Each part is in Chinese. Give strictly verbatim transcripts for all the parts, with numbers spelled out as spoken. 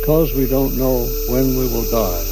because we don't know when we will die.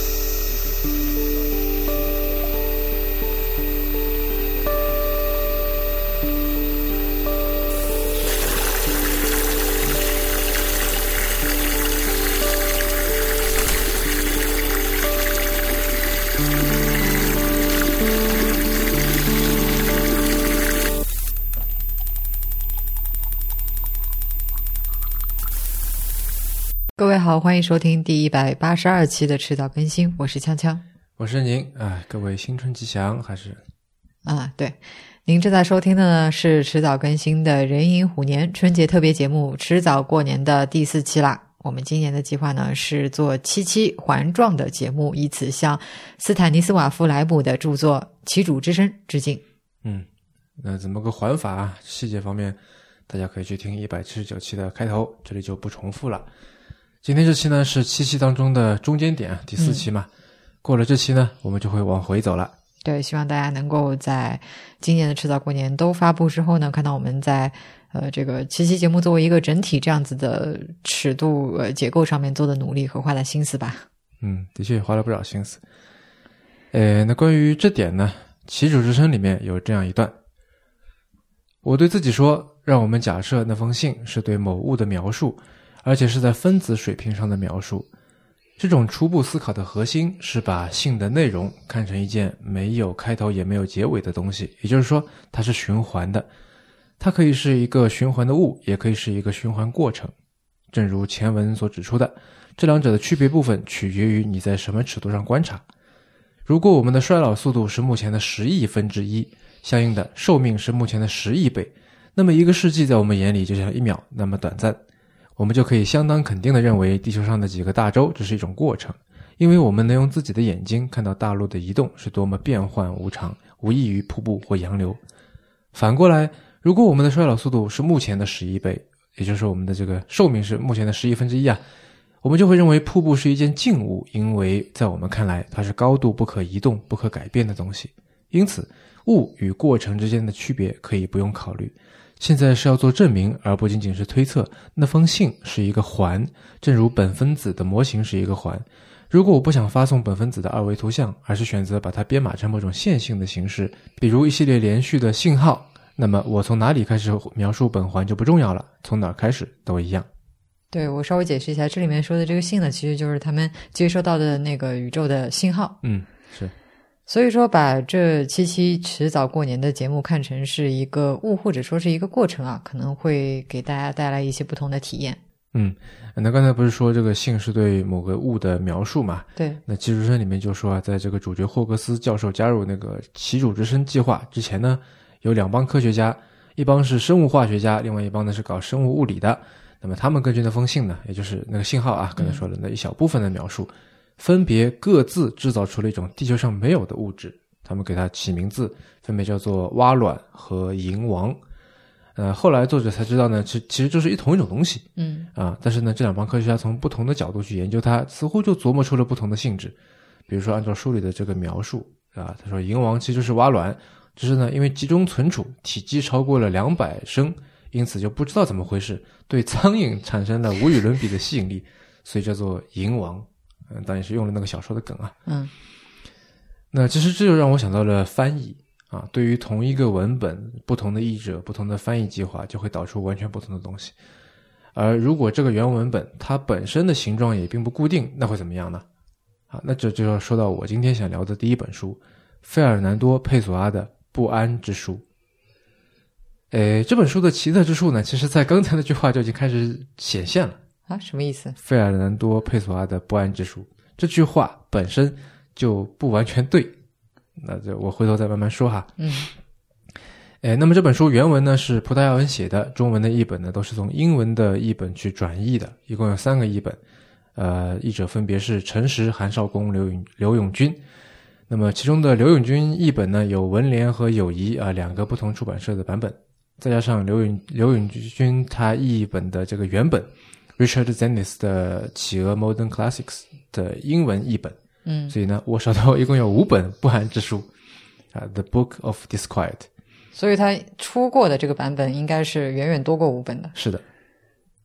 各位好，欢迎收听第一百八十二期的迟早更新，我是锵锵， 我是宁。哎，各位新春吉祥，还是啊，对，您正在收听的呢是迟早更新的壬寅虎年春节特别节目迟早过年的第四期啦。我们今年的计划呢是做七期环状的节目，以此向斯坦尼斯瓦夫莱姆的著作《旗主之声》致敬。 嗯，那怎么个环法细节方面大家可以去听一百七十九期的开头，这里就不重复了。今天这期呢是七期当中的中间点，第四期嘛、嗯、过了这期呢我们就会往回走了。 对，希望大家能够在今年的迟早过年都发布之后呢，看到我们在呃这个七期节目作为一个整体这样子的尺度呃结构上面做的努力和花的心思吧。 嗯，的确花了不少心思。呃那关于这点呢，旗主之声里面有这样一段，我对自己说，让我们假设那封信是对某物的描述，而且是在分子水平上的描述。这种初步思考的核心是把信的内容看成一件没有开头也没有结尾的东西，也就是说它是循环的，它可以是一个循环的物，也可以是一个循环过程。正如前文所指出的，这两者的区别部分取决于你在什么尺度上观察。如果我们的衰老速度是目前的十亿分之一，相应的寿命是目前的十亿倍，那么一个世纪在我们眼里就像一秒那么短暂。我们就可以相当肯定地认为地球上的几个大洲只是一种过程，因为我们能用自己的眼睛看到大陆的移动是多么变幻无常，无异于瀑布或洋流。反过来，如果我们的衰老速度是目前的十亿倍，也就是我们的这个寿命是目前的十亿分之一啊，我们就会认为瀑布是一件静物，因为在我们看来它是高度不可移动不可改变的东西。因此物与过程之间的区别可以不用考虑，现在是要做证明，而不仅仅是推测。那封信是一个环，正如本分子的模型是一个环。如果我不想发送本分子的二维图像，而是选择把它编码成某种线性的形式，比如一系列连续的信号，那么我从哪里开始描述本环就不重要了，从哪儿开始都一样。 对，我稍微解释一下，这里面说的这个信呢，其实就是他们接收到的那个宇宙的信号。 嗯，是。 所以说把这七期迟早过年的节目看成是一个物或者说是一个过程啊，可能会给大家带来一些不同的体验。 嗯，那刚才不是说这个信是对某个物的描述嘛？ 对。那旗主之声里面就说啊，在这个主角霍格斯教授加入那个旗主之声计划之前呢，有两帮科学家，一帮是生物化学家，另外一帮呢是搞生物物理的。那么他们根据那封信呢，也就是那个信号啊，刚才说的那一小部分的描述，嗯，分别各自制造出了一种地球上没有的物质，他们给它起名字，分别叫做蛙卵和银王。呃，后来作者才知道呢，其其实就是一同一种东西。 嗯啊，但是呢，这两帮科学家从不同的角度去研究它，似乎就琢磨出了不同的性质。比如说，按照书里的这个描述啊，他说银王其实就是蛙卵，只是呢，因为集中存储，体积超过了两百升，因此就不知道怎么回事，对苍蝇产生了无与伦比的吸引力，所以叫做银王。嗯，当然是用了那个小说的梗啊。 嗯， 那其实这就让我想到了翻译啊，对于同一个文本，不同的译者、不同的翻译计划，就会导出完全不同的东西。而如果这个原文本它本身的形状也并不固定，那会怎么样呢？啊，那这就要说到我今天想聊的第一本书，费尔南多·佩索阿的《不安之书》。诶，这本书的奇特之处呢，其实在刚才那句话就已经开始显现了。 啊，什么意思？ 费尔南多·佩索阿的《不安之书》这句话本身就不完全对，那就我回头再慢慢说哈。 嗯， 诶，那么这本书原文呢是葡萄牙文写的，中文的译本呢都是从英文的译本去转译的，一共有三个译本，呃，译者分别是陈实、韩少功、刘永刘永军。那么其中的刘永军译本呢有文联和友谊啊、呃、两个不同出版社的版本，再加上刘永刘永军他译本的这个原本。Richard Zennis 的企鹅 Modern Classics 的英文译本， 嗯， 所以呢，我手头一共有五本不安之书啊 ，The Book of Disquiet。 所以他出过的这个版本应该是远远多过五本的。 是的，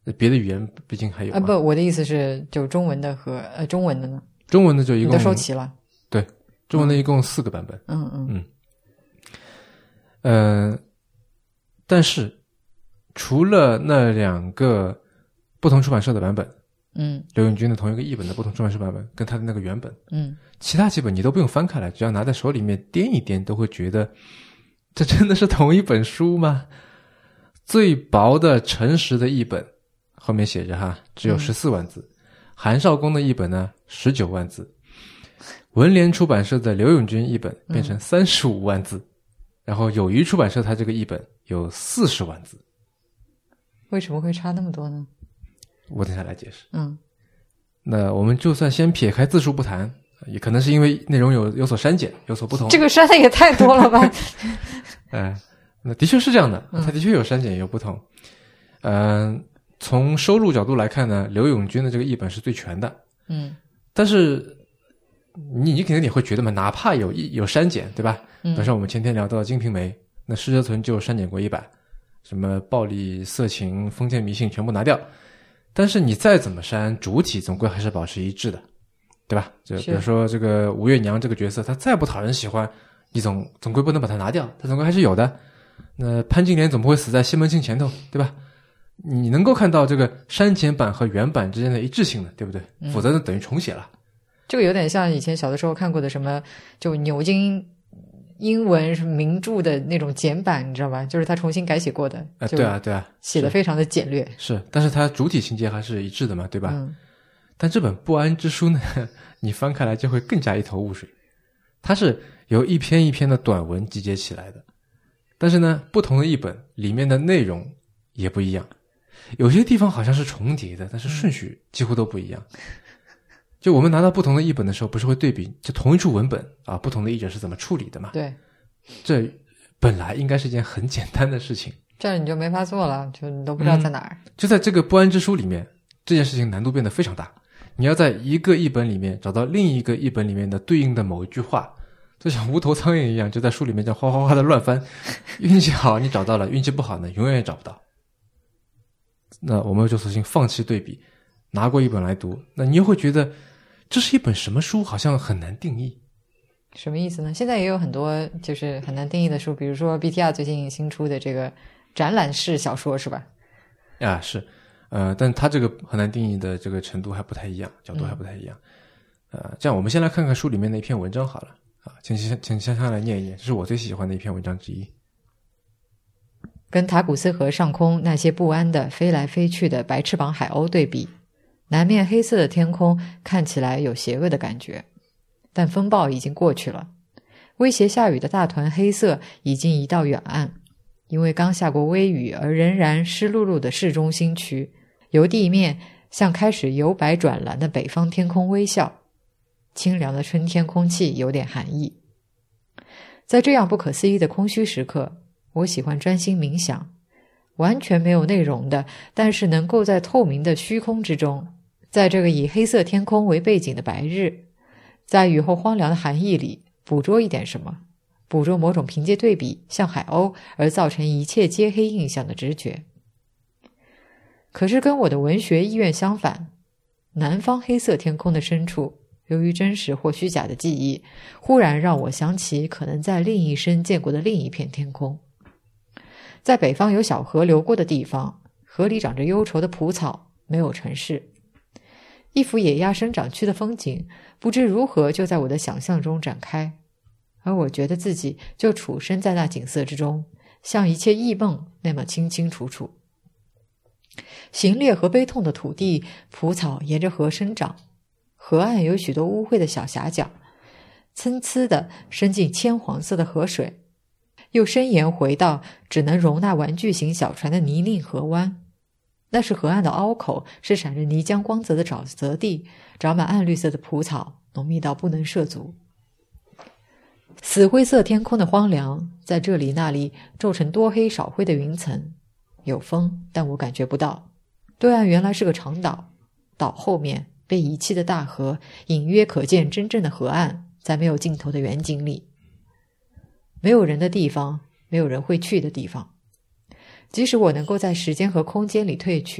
别的语言毕竟还有啊，不，我的意思是就中文的和呃中文的呢？ 中文的就一共你都收齐了。 对，中文的一共四个版本。 嗯嗯嗯。呃，但是除了那两个不同出版社的版本， 嗯， 刘永军的同一个译本的不同出版社版本跟他的那个原本， 嗯， 其他几本你都不用翻开来，只要拿在手里面掂一掂，都会觉得这真的是同一本书吗？最薄的诚实的译本后面写着哈，只有十四万字，嗯，韩少功的译本呢十九万字，文联出版社的刘永军译本变成三十五万字，嗯，然后友谊出版社它这个译本有四十万字。 为什么会差那么多呢？ 我等下来解释。 嗯， 那我们就算先撇开字数不谈，也可能是因为内容有有所删减，有所不同。 这个删的也太多了吧？ 哎，那的确是这样的，它的确有删减也有不同。嗯、呃，从收录角度来看呢，刘永军的这个译本是最全的。 嗯， 但是你你肯定也会觉得嘛，哪怕有有删减，对吧？嗯，比如说我们前天聊到《金瓶梅》，那施哲存就删减过一版，什么暴力、色情、封建迷信全部拿掉。但是你再怎么删，主体总归还是保持一致的，对吧？就比如说这个吴月娘这个角色，她再不讨人喜欢，你总总归不能把它拿掉，它总归还是有的。那潘金莲总不会死在西门庆前头，对吧？你能够看到这个删减版和原版之间的一致性的，对不对？ 嗯， 否则呢等于重写了。这个有点像以前小的时候看过的什么，就牛津英文名著的那种简版，你知道吧？就是他重新改写过的。 啊，对啊，对啊， 写的非常的简略。 是，但是它主体情节还是一致的嘛，对吧？ 嗯。 但这本《不安之书》呢，你翻开来就会更加一头雾水。它是由一篇一篇的短文集结起来的，但是呢，不同的译本里面的内容也不一样，有些地方好像是重叠的，但是顺序几乎都不一样。就我们拿到不同的译本的时候，不是会对比就同一处文本啊，不同的译者是怎么处理的嘛？ 对， 这本来应该是一件很简单的事情， 这样你就没法做了，就你都不知道在哪儿。 嗯，就在这个不安之书里面，这件事情难度变得非常大。你要在一个译本里面找到另一个译本里面的对应的某一句话，就像无头苍蝇一样，就在书里面这样哗哗哗的乱翻。运气好你找到了，运气不好呢，永远也找不到。那我们就索性放弃对比，拿过一本来读，那你又会觉得这是一本什么书，好像很难定义。 什么意思呢？现在也有很多就是很难定义的书，比如说 B T R 最近新出的这个展览式小说，是吧？ 啊，是，呃，但它这个很难定义的这个程度还不太一样，角度还不太一样。嗯、呃，这样我们先来看看书里面的一篇文章好了啊，请请请香香来念一念，这是我最喜欢的一篇文章之一。 跟塔古斯河上空那些不安的飞来飞去的白翅膀海鸥对比，南面黑色的天空看起来有邪恶的感觉，但风暴已经过去了，威胁下雨的大团黑色已经移到远岸，因为刚下过微雨而仍然湿漉漉的市中心区，由地面向开始由白转蓝的北方天空微笑，清凉的春天空气有点寒意。在这样不可思议的空虚时刻，我喜欢专心冥想，完全没有内容的，但是能够在透明的虚空之中，在这个以黑色天空为背景的白日，在雨后荒凉的寒意里捕捉一点什么，捕捉某种凭借对比像海鸥而造成一切皆黑印象的直觉。可是跟我的文学意愿相反，南方黑色天空的深处，由于真实或虚假的记忆，忽然让我想起可能在另一生见过的另一片天空。在北方有小河流过的地方，河里长着忧愁的蒲草，没有城市。一幅野鸭生长区的风景，不知如何就在我的想象中展开，而我觉得自己就处身在那景色之中，像一切异梦那么清清楚楚。行猎和悲痛的土地，蒲草沿着河生长，河岸有许多污秽的小峡角，参差地伸进铅黄色的河水，又伸延回到只能容纳玩具型小船的泥泞河湾。那是河岸的凹口，是闪着泥浆光泽的沼泽地，长满暗绿色的蒲草，浓密到不能涉足。死灰色天空的荒凉，在这里那里皱成多黑少灰的云层，有风，但我感觉不到。对岸原来是个长岛，岛后面被遗弃的大河，隐约可见真正的河岸，在没有尽头的远景里。没有人的地方，没有人会去的地方。即使我能够在时间和空间里退去，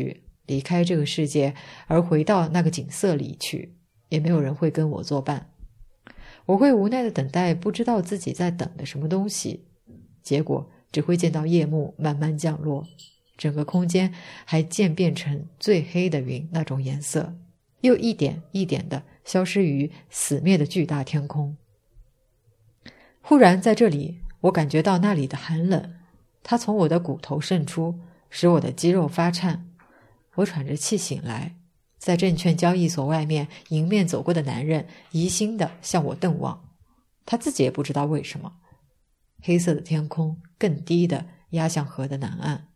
离开这个世界，而回到那个景色里去，也没有人会跟我作伴。我会无奈地等待，不知道自己在等的什么东西，结果只会见到夜幕慢慢降落，整个空间还渐变成最黑的云那种颜色，又一点一点地消失于死灭的巨大天空。忽然在这里，我感觉到那里的寒冷，它从我的骨头渗出，使我的肌肉发颤。我喘着气醒来，在证券交易所外面迎面走过的男人疑心地向我瞪望，他自己也不知道为什么。黑色的天空更低地压向河的南岸。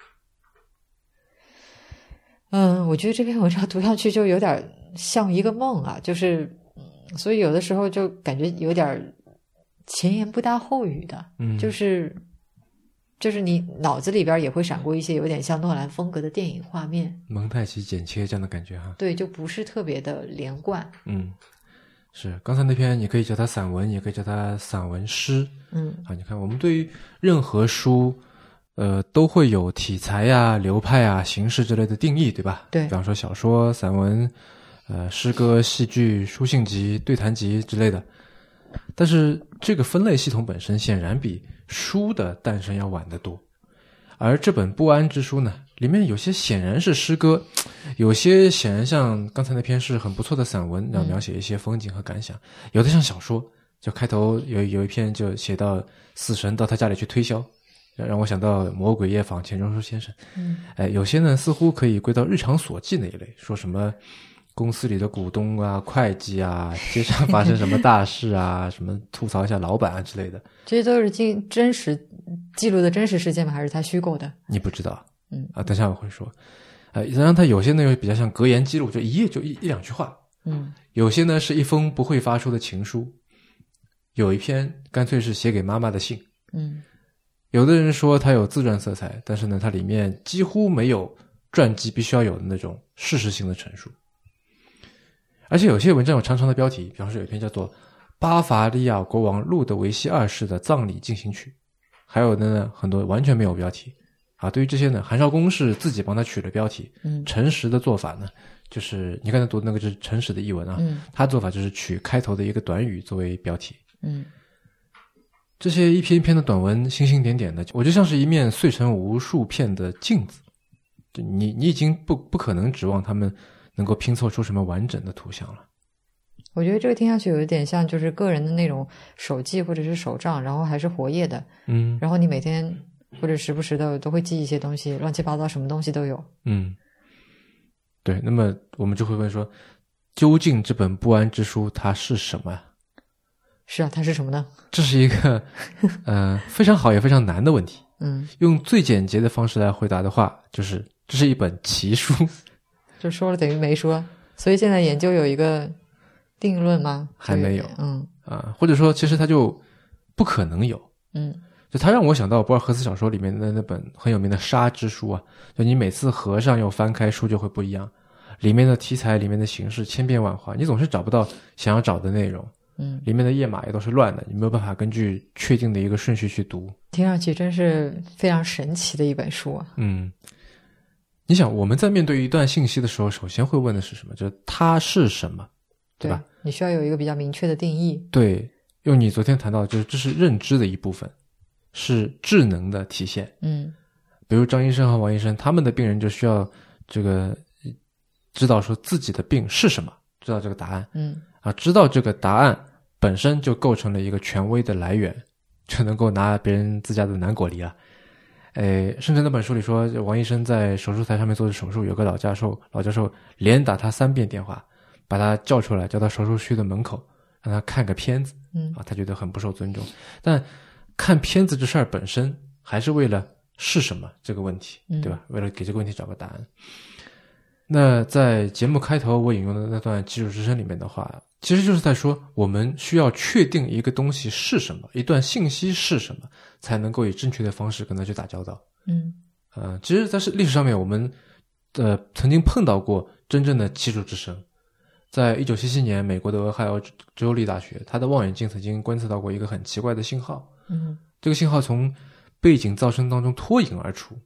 嗯，我觉得这篇文章读上去就有点像一个梦啊，就是所以有的时候就感觉有点前言不搭后语的， 嗯， 就是就是你脑子里边也会闪过一些有点像诺兰风格的电影画面， 蒙太奇剪切这样的感觉哈。 对，就不是特别的连贯。 嗯，是刚才那篇你可以叫它散文，也可以叫它散文诗。 嗯， 啊，你看我们对于任何书呃都会有题材呀、流派啊、形式之类的定义，对吧？ 对， 比方说小说、散文、呃诗歌、戏剧、书信集、对谈集之类的。但是这个分类系统本身显然比书的诞生要晚得多，而这本不安之书呢，里面有些显然是诗歌，有些显然像刚才那篇是很不错的散文，然后描写一些风景和感想，有的像小说，就开头有有一篇就写到死神到他家里去推销，让我想到魔鬼夜访钱钟书先生。 嗯， 哎，有些呢似乎可以归到日常所记那一类，说什么公司里的股东啊、会计啊，街上发生什么大事啊，什么吐槽一下老板啊之类的。 这些都是记真实记录的真实事件吗？还是他虚构的？ 你不知道， 嗯啊，等一下我会说。呃，然后他有些内容比较像格言记录，就一页就一一两句话。 嗯， 有些呢是一封不会发出的情书，有一篇干脆是写给妈妈的信。 嗯， 有的人说它有自传色彩，但是呢，它里面几乎没有传记必须要有的那种事实性的陈述。而且有些文章有长长的标题，比方说有一篇叫做《巴伐利亚国王路德维希二世的葬礼进行曲》，还有的呢很多完全没有标题啊。对于这些呢，韩少功是自己帮他取了标题。 嗯， 诚实的做法呢，就是你刚才读的那个就是诚实的译文啊， 嗯， 他做法就是取开头的一个短语作为标题。 嗯， 这些一篇一篇的短文星星点点的，我就像是一面碎成无数片的镜子，就你你已经不不可能指望他们能够拼凑出什么完整的图像了。 我觉得这个听下去有一点像就是个人的那种手记或者是手账，然后还是活页的。 嗯， 然后你每天或者时不时的都会记一些东西，乱七八糟什么东西都有。 嗯，对。那么我们就会问说，究竟这本不安之书它是什么？ 是啊，它是什么呢？ 这是一个呃非常好也非常难的问题。 嗯， 用最简洁的方式来回答的话，就是这是一本奇书。 就说了等于没说，所以现在研究有一个定论吗？ 还没有。 嗯啊，或者说其实它就不可能有。 嗯， 就它让我想到博尔赫斯小说里面的那本很有名的《沙之书》啊，就你每次合上又翻开书就会不一样，里面的题材、里面的形式千变万化，你总是找不到想要找的内容。 嗯， 里面的页码也都是乱的，你没有办法根据确定的一个顺序去读。 听上去真是非常神奇的一本书啊。 嗯，你想我们在面对一段信息的时候，首先会问的是什么？就是它是什么，对吧？ 对，你需要有一个比较明确的定义。 对，用你昨天谈到，就是这是认知的一部分，是智能的体现。 嗯， 比如张医生和王医生，他们的病人就需要这个知道说自己的病是什么，知道这个答案。 嗯， 啊，知道这个答案本身就构成了一个权威的来源，就能够拿别人自家的南果梨了。诶，甚至那本书里说，王医生在手术台上面做的手术，有个老教授，老教授连打他三遍电话，把他叫出来，叫到手术区的门口，让他看个片子。 嗯， 啊，他觉得很不受尊重。但看片子这事儿本身，还是为了是什么这个问题，对吧？为了给这个问题找个答案。那在节目开头我引用的那段基础之声里面的话，其实就是在说我们需要确定一个东西是什么，一段信息是什么，才能够以正确的方式跟它去打交道。 嗯， 呃，其实在历史上面我们呃曾经碰到过真正的基础之声。在一九七七年，美国的俄亥俄州立大学，它的望远镜曾经观测到过一个很奇怪的信号。 嗯， 这个信号从背景噪声当中脱颖而出，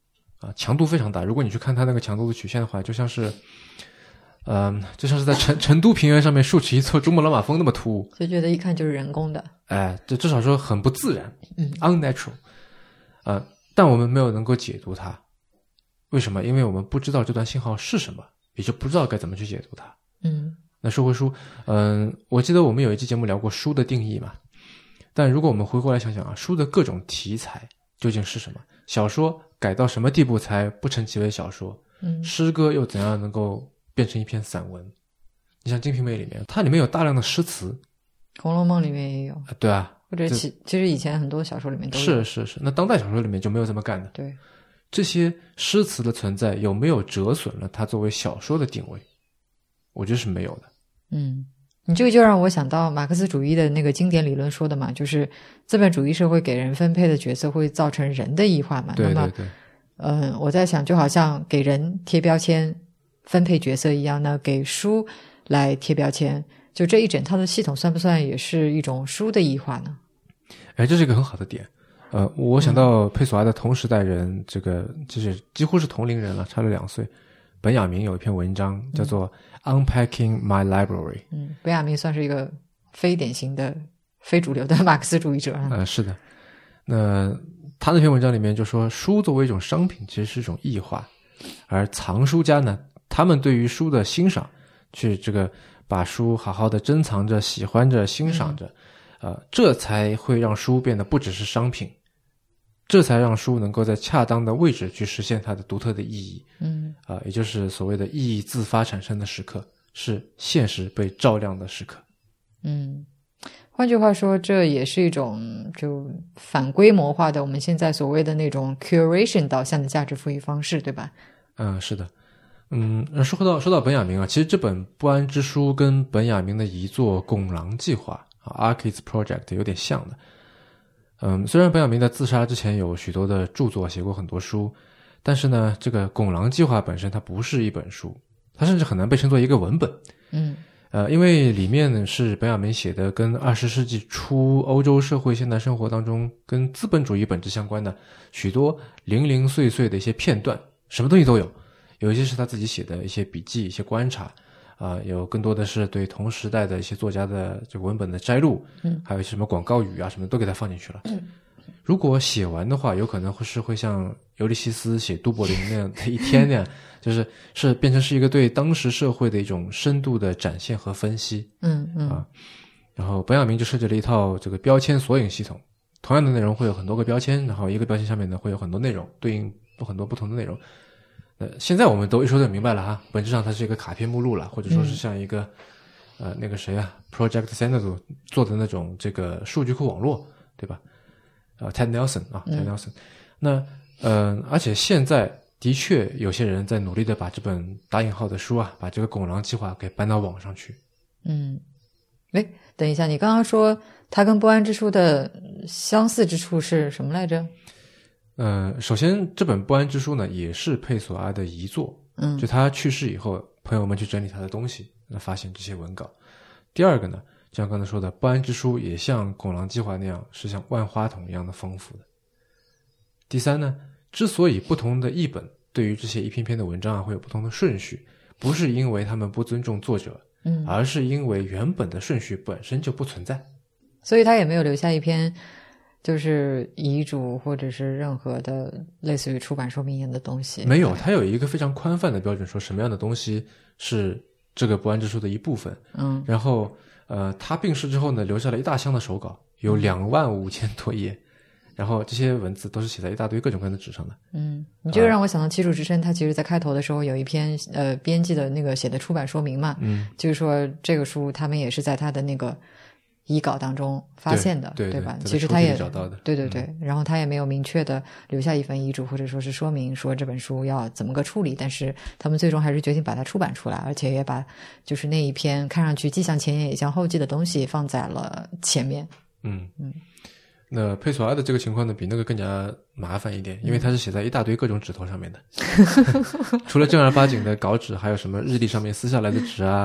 啊，强度非常大。如果你去看它那个强度的曲线的话，就像是，嗯、呃，就像是在成成都平原上面竖起一座珠穆朗玛峰那么突兀， 就觉得一看就是人工的。 哎，这至少说很不自然， 嗯 ，unnatural， 呃，但我们没有能够解读它，为什么？因为我们不知道这段信号是什么，也就不知道该怎么去解读它。 嗯， 那说回书，嗯、呃，我记得我们有一期节目聊过书的定义嘛，但如果我们回过来想想啊，书的各种题材究竟是什么？小说改到什么地步才不称其为小说？ 嗯， 诗歌又怎样能够变成一篇散文？你像《金瓶梅》里面，它里面有大量的诗词， 《红楼梦》里面也有， 呃对啊， 或者其其实以前很多小说里面都有。 是是是，那当代小说里面就没有这么干的。 对， 这些诗词的存在有没有折损了它作为小说的定位？我觉得是没有的。 嗯，你这个就让我想到马克思主义的那个经典理论说的嘛，就是资本主义社会给人分配的角色会造成人的异化嘛。 对对那么对， 嗯，我在想就好像给人贴标签分配角色一样呢，给书来贴标签，就这一整套的系统算不算也是一种书的异化呢？ 哎，这是一个很好的点。呃，我想到佩索阿的同时代人，嗯、这个就是几乎是同龄人了，差了两岁。本雅明有一篇文章叫做《Unpacking My Library》。 嗯，本雅明算是一个非典型的、非主流的马克思主义者。 呃，是的。那他那篇文章里面就说，书作为一种商品，其实是一种异化，而藏书家呢，他们对于书的欣赏，去这个把书好好的珍藏着、喜欢着、欣赏着，嗯、呃，这才会让书变得不只是商品。这才让书能够在恰当的位置去实现它的独特的意义， 嗯， 啊、呃，也就是所谓的意义自发产生的时刻，是现实被照亮的时刻。 嗯，换句话说，这也是一种就反规模化的我们现在所谓的那种 curation 导向的价值赋予方式，对吧？ 嗯，是的。嗯，说到说到本雅明啊，其实这本不安之书跟本雅明的遗作《拱廊计划》啊 （Archids Project） 有点像的。嗯，虽然本雅明在自杀之前有许多的著作，写过很多书，但是呢，这个拱廊计划本身它不是一本书，它甚至很难被称作一个文本。 嗯， 呃，因为里面呢是本雅明写的跟二十世纪初欧洲社会现代生活当中跟资本主义本质相关的许多零零碎碎的一些片段，什么东西都有，有一些是他自己写的一些笔记、一些观察。啊、呃，有更多的是对同时代的一些作家的这个文本的摘录， 嗯， 还有一些什么广告语啊，什么都给他放进去了。 嗯， 如果写完的话，有可能会是会像尤利西斯写都柏林那样的一天那样，就是是变成是一个对当时社会的一种深度的展现和分析。 嗯嗯啊，然后本雅明就设计了一套这个标签索引系统，同样的内容会有很多个标签，然后一个标签上面呢会有很多内容，对应很多不同的内容。呃，现在我们都一说就明白了哈，本质上它是一个卡片目录了，或者说是像一个、嗯、呃那个谁啊 Project Xanadu 做的那种这个数据库网络，对吧？呃 Ted Nelson 啊 Ted Nelson、嗯、那呃而且现在的确有些人在努力的把这本打引号的书啊，把这个拱廊计划给搬到网上去。 嗯，诶，等一下，你刚刚说它跟不安之书的相似之处是什么来着？ 呃，首先这本不安之书呢也是佩索阿的遗作， 嗯， 就他去世以后，朋友们去整理他的东西，那发现这些文稿。第二个呢，就像刚才说的，不安之书也像拱廊计划那样是像万花筒一样的丰富的。第三呢，之所以不同的译本对于这些一篇篇的文章啊会有不同的顺序，不是因为他们不尊重作者， 嗯， 而是因为原本的顺序本身就不存在， 所以他也没有留下一篇就是遗嘱或者是任何的类似于出版说明一样的东西。 没有，他有一个非常宽泛的标准，说什么样的东西是这个不安之书的一部分。 嗯， 然后呃，他病逝之后呢，留下了一大箱的手稿，有两万五千多页，然后这些文字都是写在一大堆各种各样的纸上的。 嗯，你这个让我想到七柱之声，他其实在开头的时候有一篇呃编辑的那个写的出版说明嘛， 嗯， 就是说这个书他们也是在他的那个遗稿当中发现的， 对对, 对吧？ 对其实他也找到的， 对对对、嗯，然后他也没有明确的留下一份遗嘱或者说是说明说这本书要怎么个处理，但是他们最终还是决定把它出版出来，而且也把就是那一篇看上去既像前言也像后记的东西放在了前面。 嗯嗯， 那佩索阿的这个情况呢，比那个更加麻烦一点，因为它是写在一大堆各种纸头上面的，除了正儿八经的稿纸，还有什么日历上面撕下来的纸啊。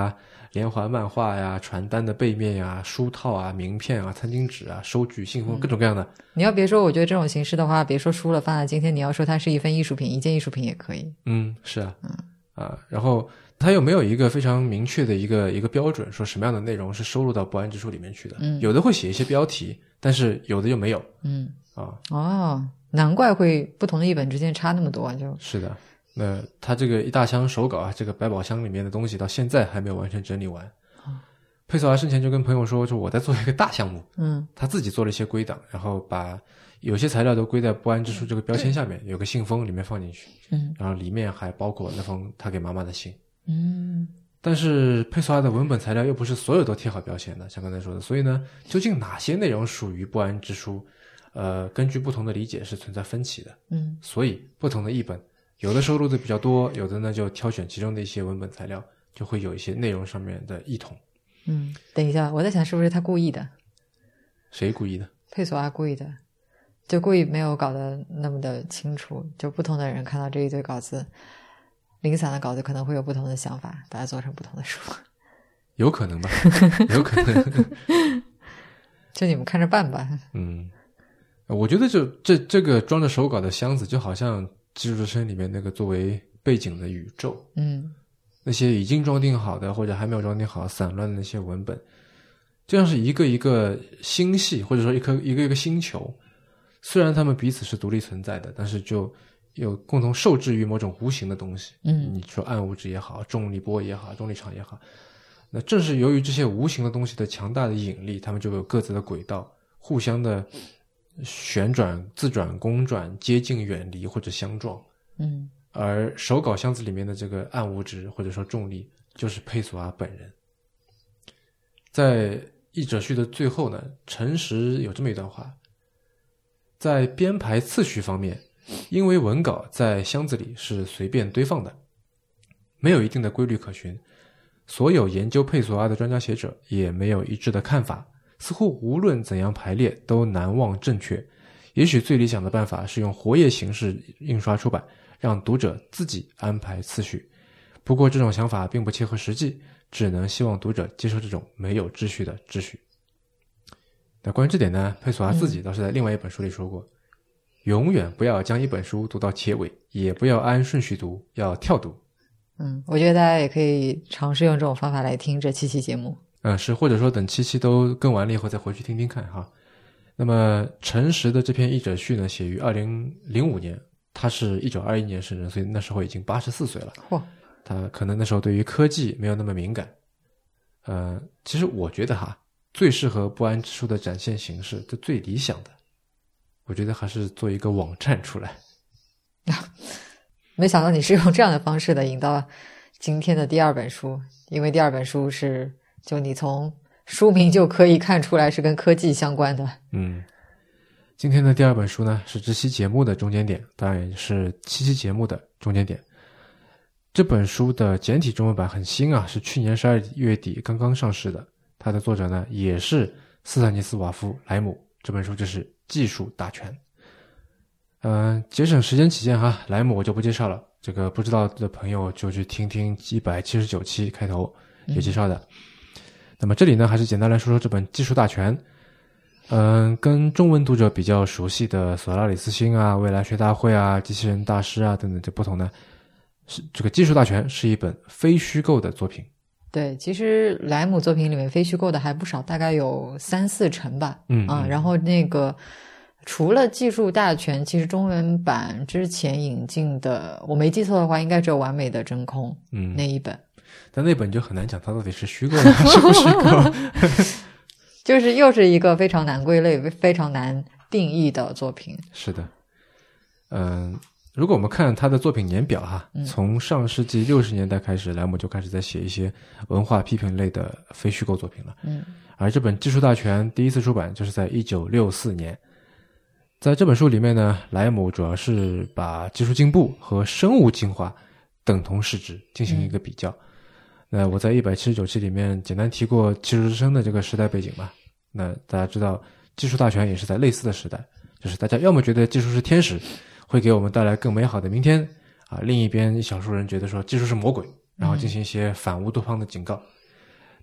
连环漫画呀、传单的背面呀、书套啊、名片啊、餐巾纸啊、收据、信封，各种各样的、嗯、 你要别说，我觉得这种形式的话，别说书了，放在今天你要说它是一份艺术品，一件艺术品也可以。 嗯，是啊， 嗯啊，然后它又没有一个非常明确的一个一个标准，说什么样的内容是收录到不安之书里面去的。 嗯， 有的会写一些标题，但是有的又没有。 嗯啊， 哦，难怪会不同的译本之间差那么多，就是的。那他这个一大箱手稿啊，这个百宝箱里面的东西到现在还没有完全整理完。 哦、 佩索阿生前就跟朋友说，就我在做一个大项目。 嗯， 他自己做了一些归档，然后把有些材料都归在不安之书这个标签下面，有个信封里面放进去。 嗯， 然后里面还包括那封他给妈妈的信。 嗯， 但是佩索阿的文本材料又不是所有都贴好标签的，像刚才说的，所以呢，究竟哪些内容属于不安之书，呃，根据不同的理解是存在分歧的。 嗯， 所以不同的译本，有的收录的比较多，有的呢就挑选其中的一些文本材料，就会有一些内容上面的异同。 嗯，等一下，我在想是不是他故意的？ 谁故意的？ 佩索阿故意的，就故意没有搞得那么的清楚，就不同的人看到这一堆稿子，零散的稿子可能会有不同的想法，把它做成不同的书。 有可能吧，有可能。 就你们看着办吧。 嗯，我觉得就这这个装着手稿的箱子，就好像《寄宿之声》里面那个作为背景的宇宙。 嗯， 那些已经装订好的或者还没有装订好散乱的那些文本，就像是一个一个星系，或者说一颗一个一个星球，虽然它们彼此是独立存在的，但是就有共同受制于某种无形的东西。 嗯， 你说暗物质也好，重力波也好，重力场也好，那正是由于这些无形的东西的强大的引力，它们就有各自的轨道，互相的旋转、自转、公转、接近、远离或者相撞。 嗯， 而手稿箱子里面的这个暗物质或者说重力，就是佩索阿本人。在译者序的最后呢，陈实有这么一段话：在编排次序方面，因为文稿在箱子里是随便堆放的，没有一定的规律可循，所有研究佩索阿的专家学者也没有一致的看法，似乎无论怎样排列都难望正确。也许最理想的办法是用活页形式印刷出版，让读者自己安排次序。不过这种想法并不切合实际，只能希望读者接受这种没有秩序的秩序。那关于这点呢，佩索阿自己倒是在另外一本书里说过、嗯、永远不要将一本书读到结尾，也不要按顺序读，要跳读。 嗯，我觉得大家也可以尝试用这种方法来听这七期节目。 嗯，是，或者说等七期都更完了以后再回去听听看哈。那么陈实的这篇译者序呢，写于二零零五年，他是一九二一年生人，所以那时候已经八十四岁了。 嚯， 他可能那时候对于科技没有那么敏感。呃，其实我觉得哈，最适合不安之书的展现形式，就最理想的，我觉得还是做一个网站出来。 没想到你是用这样的方式的引到今天的第二本书，因为第二本书是就你从书名就可以看出来是跟科技相关的。 嗯，今天的第二本书呢是这期节目的中间点，当然也是七期节目的中间点。这本书的简体中文版很新啊，是去年十二月底刚刚上市的。它的作者呢也是斯坦尼斯瓦夫·莱姆，这本书就是《技术大全》。嗯、呃，节省时间起见哈，莱姆我就不介绍了，这个不知道的朋友就去听听一百七十九期开头有介绍的。嗯，那么这里呢，还是简单来说说这本《技术大全》。嗯，跟中文读者比较熟悉的索拉里斯星啊、未来学大会啊、机器人大师啊等等这不同呢，是这个《技术大全》是一本非虚构的作品。 对，其实莱姆作品里面非虚构的还不少，大概有三四成吧。 嗯啊，然后那个除了《技术大全》，其实中文版之前引进的，我没记错的话，应该只有《完美的真空》 嗯那一本。 但那本就很难讲它到底是虚构还是不虚构。 就是又是一个非常难归类、非常难定义的作品。 是的。嗯，如果我们看他的作品年表哈， 嗯、 从上世纪六十年代开始，莱姆就开始在写一些文化批评类的非虚构作品了。 嗯， 而这本《技术大全》第一次出版就是在一九六四年。在这本书里面呢，莱姆主要是把技术进步和生物进化等同视之，进行一个比较。嗯，那我在一百七十九期里面简单提过技术之声的这个时代背景嘛，那大家知道技术大全也是在类似的时代，就是大家要么觉得技术是天使，会给我们带来更美好的明天啊，另一边一小数人觉得说技术是魔鬼，然后进行一些反乌托邦的警告。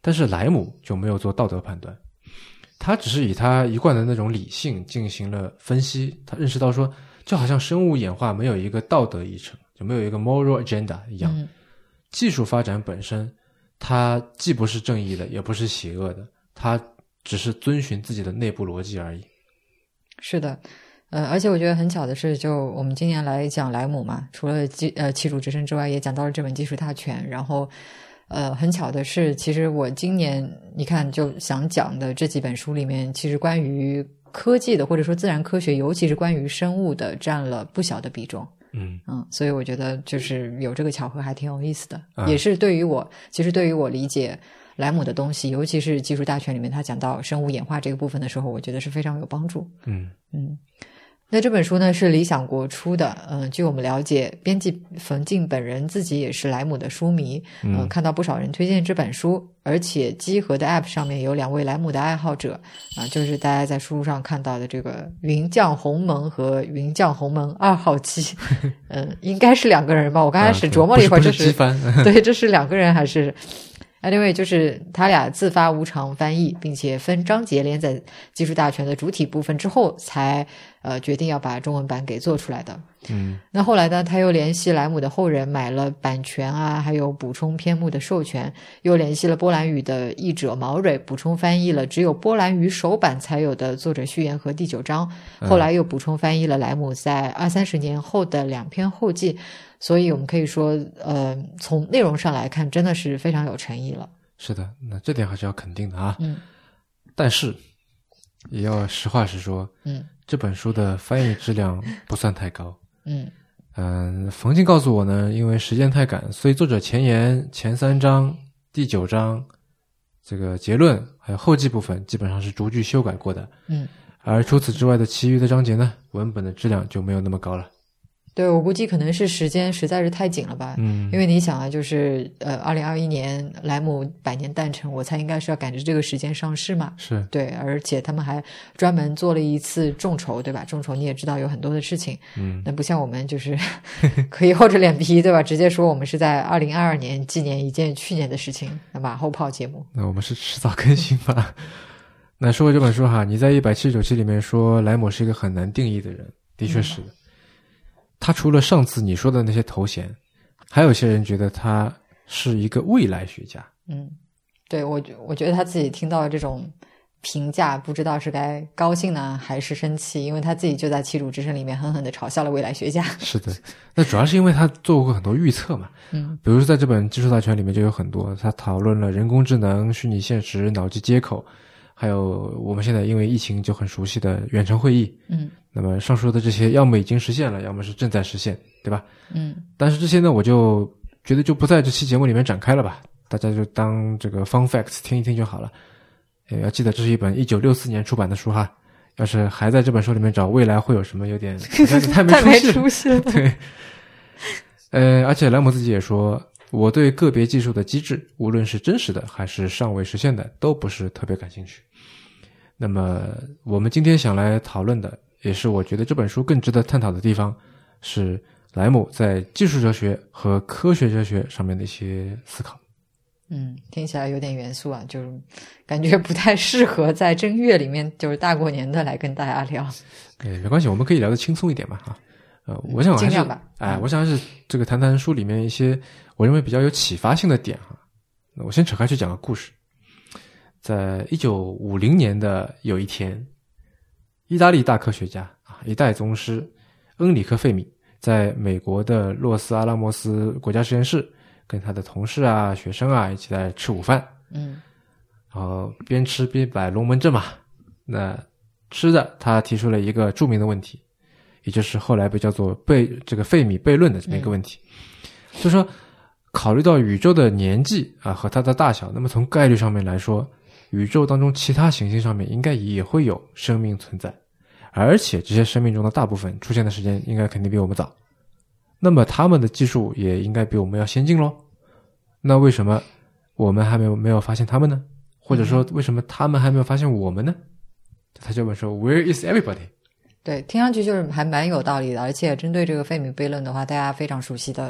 但是莱姆就没有做道德判断，他只是以他一贯的那种理性进行了分析，他认识到说，就好像生物演化没有一个道德议程，就没有一个 moral agenda 一样， 嗯， 技术发展本身它既不是正义的也不是邪恶的，它只是遵循自己的内部逻辑而已。 是的，呃，而且我觉得很巧的是，就我们今年来讲莱姆嘛，除了技呃七主之声之外，也讲到了这本技术大全。然后，呃，很巧的是，其实我今年你看就想讲的这几本书里面，其实关于科技的或者说自然科学，尤其是关于生物的，占了不小的比重。 嗯嗯，所以我觉得就是有这个巧合还挺有意思的， 啊、 也是对于我，其实对于我理解莱姆的东西，尤其是技术大全里面他讲到生物演化这个部分的时候，我觉得是非常有帮助。 嗯嗯，那这本书呢是理想国出的，嗯、呃，据我们了解，编辑冯静本人自己也是莱姆的书迷，嗯、呃，看到不少人推荐这本书，而且机核的 App 上面有两位莱姆的爱好者啊、呃，就是大家在书上看到的这个云匠鸿蒙和云匠鸿蒙二号机，嗯、呃，应该是两个人吧？我刚开始琢磨了一会儿，这是对，这是两个人还是？Anyway， 就是他俩自发无偿翻译，并且分章节连载技术大全的主体部分之后，才呃决定要把中文版给做出来的。 嗯， 那后来呢，他又联系莱姆的后人买了版权啊，还有补充篇目的授权，又联系了波兰语的译者毛蕊，补充翻译了只有波兰语首版才有的作者序言和第九章。后来又补充翻译了莱姆在二三十年后的两篇后记。所以我们可以说，呃，从内容上来看，真的是非常有诚意了。 是的，那这点还是要肯定的啊。 嗯， 但是也要实话实说， 嗯， 这本书的翻译质量不算太高。 嗯嗯、呃，冯静告诉我呢，因为时间太赶，所以作者前言、前三章、第九章这个结论还有后记部分基本上是逐句修改过的。 嗯， 而除此之外的其余的章节呢，文本的质量就没有那么高了。 对，我估计可能是时间实在是太紧了吧。 嗯， 因为你想啊，就是呃，二零二一年莱姆百年诞辰，我猜应该是要赶着这个时间上市嘛。 是， 对，而且他们还专门做了一次众筹，对吧？众筹你也知道有很多的事情， 嗯， 那不像我们就是可以厚着脸皮，对吧？直接说我们是在二零二二年纪念一件去年的事情，那马后炮节目。 那我们是迟早更新吧。那说回这本书哈，你在一百七十九期里面说莱姆是一个很难定义的人，的确是的。嗯，他除了上次你说的那些头衔，还有些人觉得他是一个未来学家。 嗯，对，我我觉得他自己听到这种评价，不知道是该高兴呢还是生气，因为他自己就在七主之声里面狠狠地嘲笑了未来学家。 是的，那主要是因为他做过很多预测嘛。 嗯， 比如说在这本技术大全里面就有很多，他讨论了人工智能、虚拟现实、脑机接口，还有我们现在因为疫情就很熟悉的远程会议。 嗯， 那么上述的这些要么已经实现了，要么是正在实现，对吧？ 嗯， 但是这些呢，我就觉得就不在这期节目里面展开了吧，大家就當这个 fun facts 听一听就好了。也要记得这是一本一九六四年出版的书哈，要是还在这本书里面找未来会有什么，有点太没出息了。 出息了。 对，呃，而且莱姆自己也说，我对个别技术的机制，无论是真实的还是尚未实现的，都不是特别感兴趣。那么我们今天想来讨论的，也是我觉得这本书更值得探讨的地方，是莱姆在技术哲学和科学哲学上面的一些思考。 嗯，听起来有点严肃啊，就是感觉不太适合在正月里面，就是大过年的来跟大家聊。 哎，没关系，我们可以聊得轻松一点嘛，哈。呃，我想还是尽量吧。 哎、呃，我想还是这个谈谈书里面一些我认为比较有启发性的点哈。那我先扯开去讲个故事。在一九五零年的有一天，意大利大科学家啊，一代宗师恩里克·费米在美国的洛斯阿拉莫斯国家实验室跟他的同事啊、学生啊一起在吃午饭。 嗯， 然后边吃边摆龙门阵嘛。那吃的他提出了一个著名的问题，也就是后来被叫做贝这个费米悖论的这么一个问题，嗯、就是说考虑到宇宙的年纪啊和它的大小，那么从概率上面来说，宇宙当中其他行星上面应该也会有生命存在，而且这些生命中的大部分出现的时间应该肯定比我们早，那么他们的技术也应该比我们要先进咯。那为什么我们还没有没有发现他们呢？或者说为什么他们还没有发现我们呢？他就问说 Where is everybody？ 对，听上去就是还蛮有道理的，而且针对这个费米悖论的话，大家非常熟悉的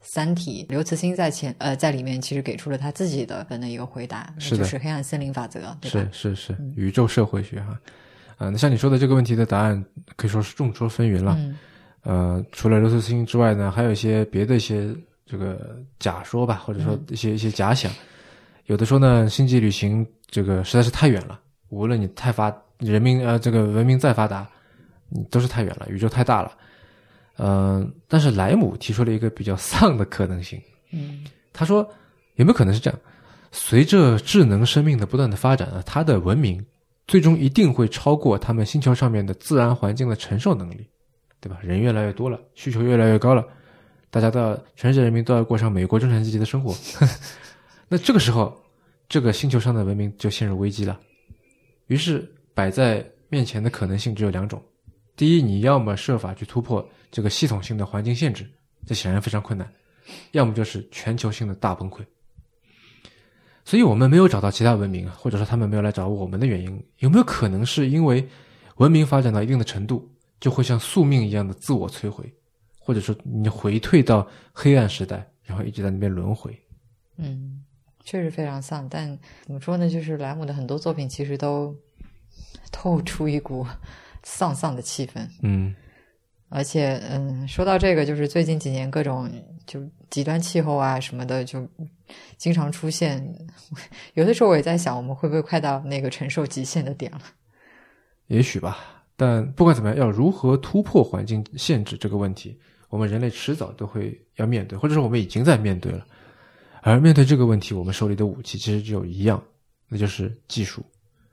三体刘慈欣在前呃在里面其实给出了他自己的的一个回答， 是的， 就是黑暗森林法则，对吧？ 是是是、嗯、宇宙社会学哈。啊、呃，那像你说的这个问题的答案可以说是众说纷纭了。 嗯， 呃，除了刘慈欣之外呢，还有一些别的一些这个假说吧，或者说一些、嗯、一些假想。有的说呢，星际旅行这个实在是太远了，无论你太发人民呃这个文明再发达，你都是太远了，宇宙太大了。呃，但是莱姆提出了一个比较丧的可能性。 嗯， 他说有没有可能是这样？随着智能生命的不断的发展啊，它的文明最终一定会超过他们星球上面的自然环境的承受能力，对吧？人越来越多了，需求越来越高了，大家都要全世界人民都要过上美国中产阶级的生活。那这个时候，这个星球上的文明就陷入危机了。于是摆在面前的可能性只有两种：第一，你要么设法去突破这个系统性的环境限制，这显然非常困难；要么就是全球性的大崩溃。所以我们没有找到其他文明，或者说他们没有来找我们的原因，有没有可能是因为文明发展到一定的程度，就会像宿命一样的自我摧毁，或者说你回退到黑暗时代，然后一直在那边轮回？ 嗯，确实非常丧，但怎么说呢，就是莱姆的很多作品其实都透出一股丧丧的气氛。 嗯， 而且嗯，说到这个，就是最近几年各种就极端气候啊什么的就经常出现，有的时候我也在想，我们会不会快到那个承受极限的点了？ 也许吧，但不管怎么样，要如何突破环境限制这个问题，我们人类迟早都会要面对，或者说我们已经在面对了。而面对这个问题，我们手里的武器其实只有一样，那就是技术。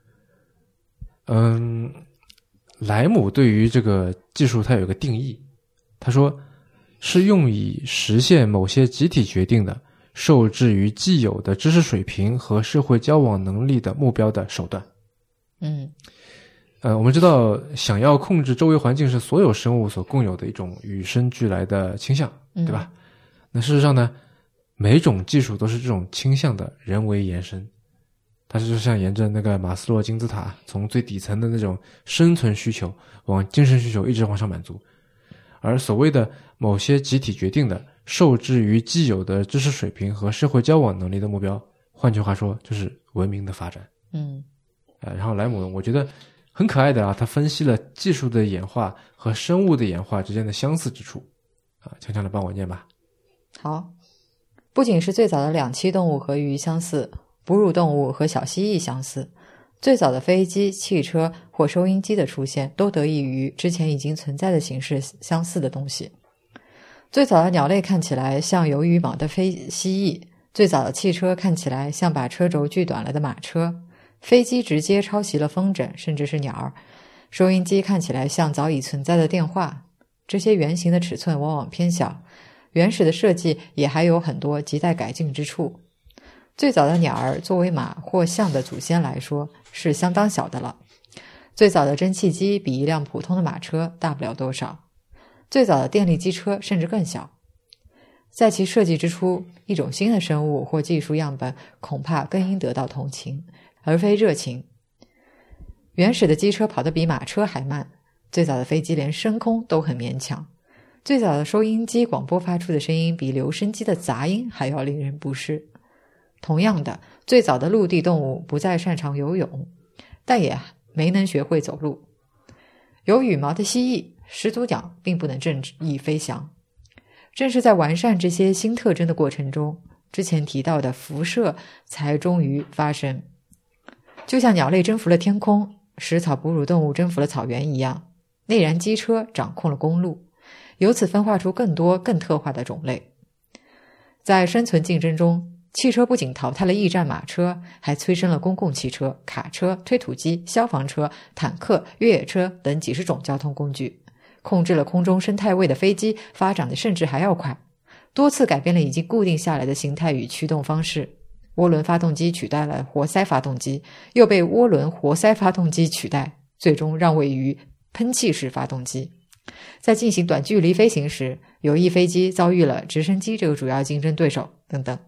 嗯，莱姆对于这个技术他有一个定义，他说是用以实现某些集体决定的受制于既有的知识水平和社会交往能力的目标的手段。 嗯， 呃，我们知道想要控制周围环境是所有生物所共有的一种与生俱来的倾向，对吧？嗯、那事实上呢，每种技术都是这种倾向的人为延伸，它是就像沿着那个马斯洛金字塔，从最底层的那种生存需求往精神需求一直往上满足。而所谓的某些集体决定的受制于既有的知识水平和社会交往能力的目标，换句话说就是文明的发展。 嗯， 呃，然后莱姆我觉得很可爱的啊，他分析了技术的演化和生物的演化之间的相似之处啊，强强的帮我念吧。 好，不仅是最早的两栖动物和鱼相似，哺乳动物和小蜥蜴相似，最早的飞机、汽车或收音机的出现都得益于之前已经存在的形式相似的东西。最早的鸟类看起来像有羽毛的飞蜥蜴，最早的汽车看起来像把车轴锯短了的马车，飞机直接抄袭了风筝，甚至是鸟儿，收音机看起来像早已存在的电话。这些原型的尺寸往往偏小，原始的设计也还有很多亟待改进之处。最早的鸟儿作为马或象的祖先来说是相当小的了，最早的蒸汽机比一辆普通的马车大不了多少，最早的电力机车甚至更小。在其设计之初，一种新的生物或技术样本恐怕更应得到同情而非热情。原始的机车跑得比马车还慢，最早的飞机连升空都很勉强，最早的收音机广播发出的声音比留声机的杂音还要令人不适。同样的，最早的陆地动物不再擅长游泳，但也没能学会走路。有羽毛的蜥蜴、始祖鸟并不能正翼飞翔。正是在完善这些新特征的过程中，之前提到的辐射才终于发生。就像鸟类征服了天空，食草哺乳动物征服了草原一样，内燃机车掌控了公路，由此分化出更多更特化的种类。在生存竞争中，汽车不仅淘汰了驿站马车，还催生了公共汽车、卡车、推土机、消防车、坦克、越野车等几十种交通工具，控制了空中生态位的飞机发展的甚至还要快，多次改变了已经固定下来的形态与驱动方式。涡轮发动机取代了活塞发动机，又被涡轮活塞发动机取代，最终让位于喷气式发动机。在进行短距离飞行时，有翼飞机遭遇了直升机这个主要竞争对手等等。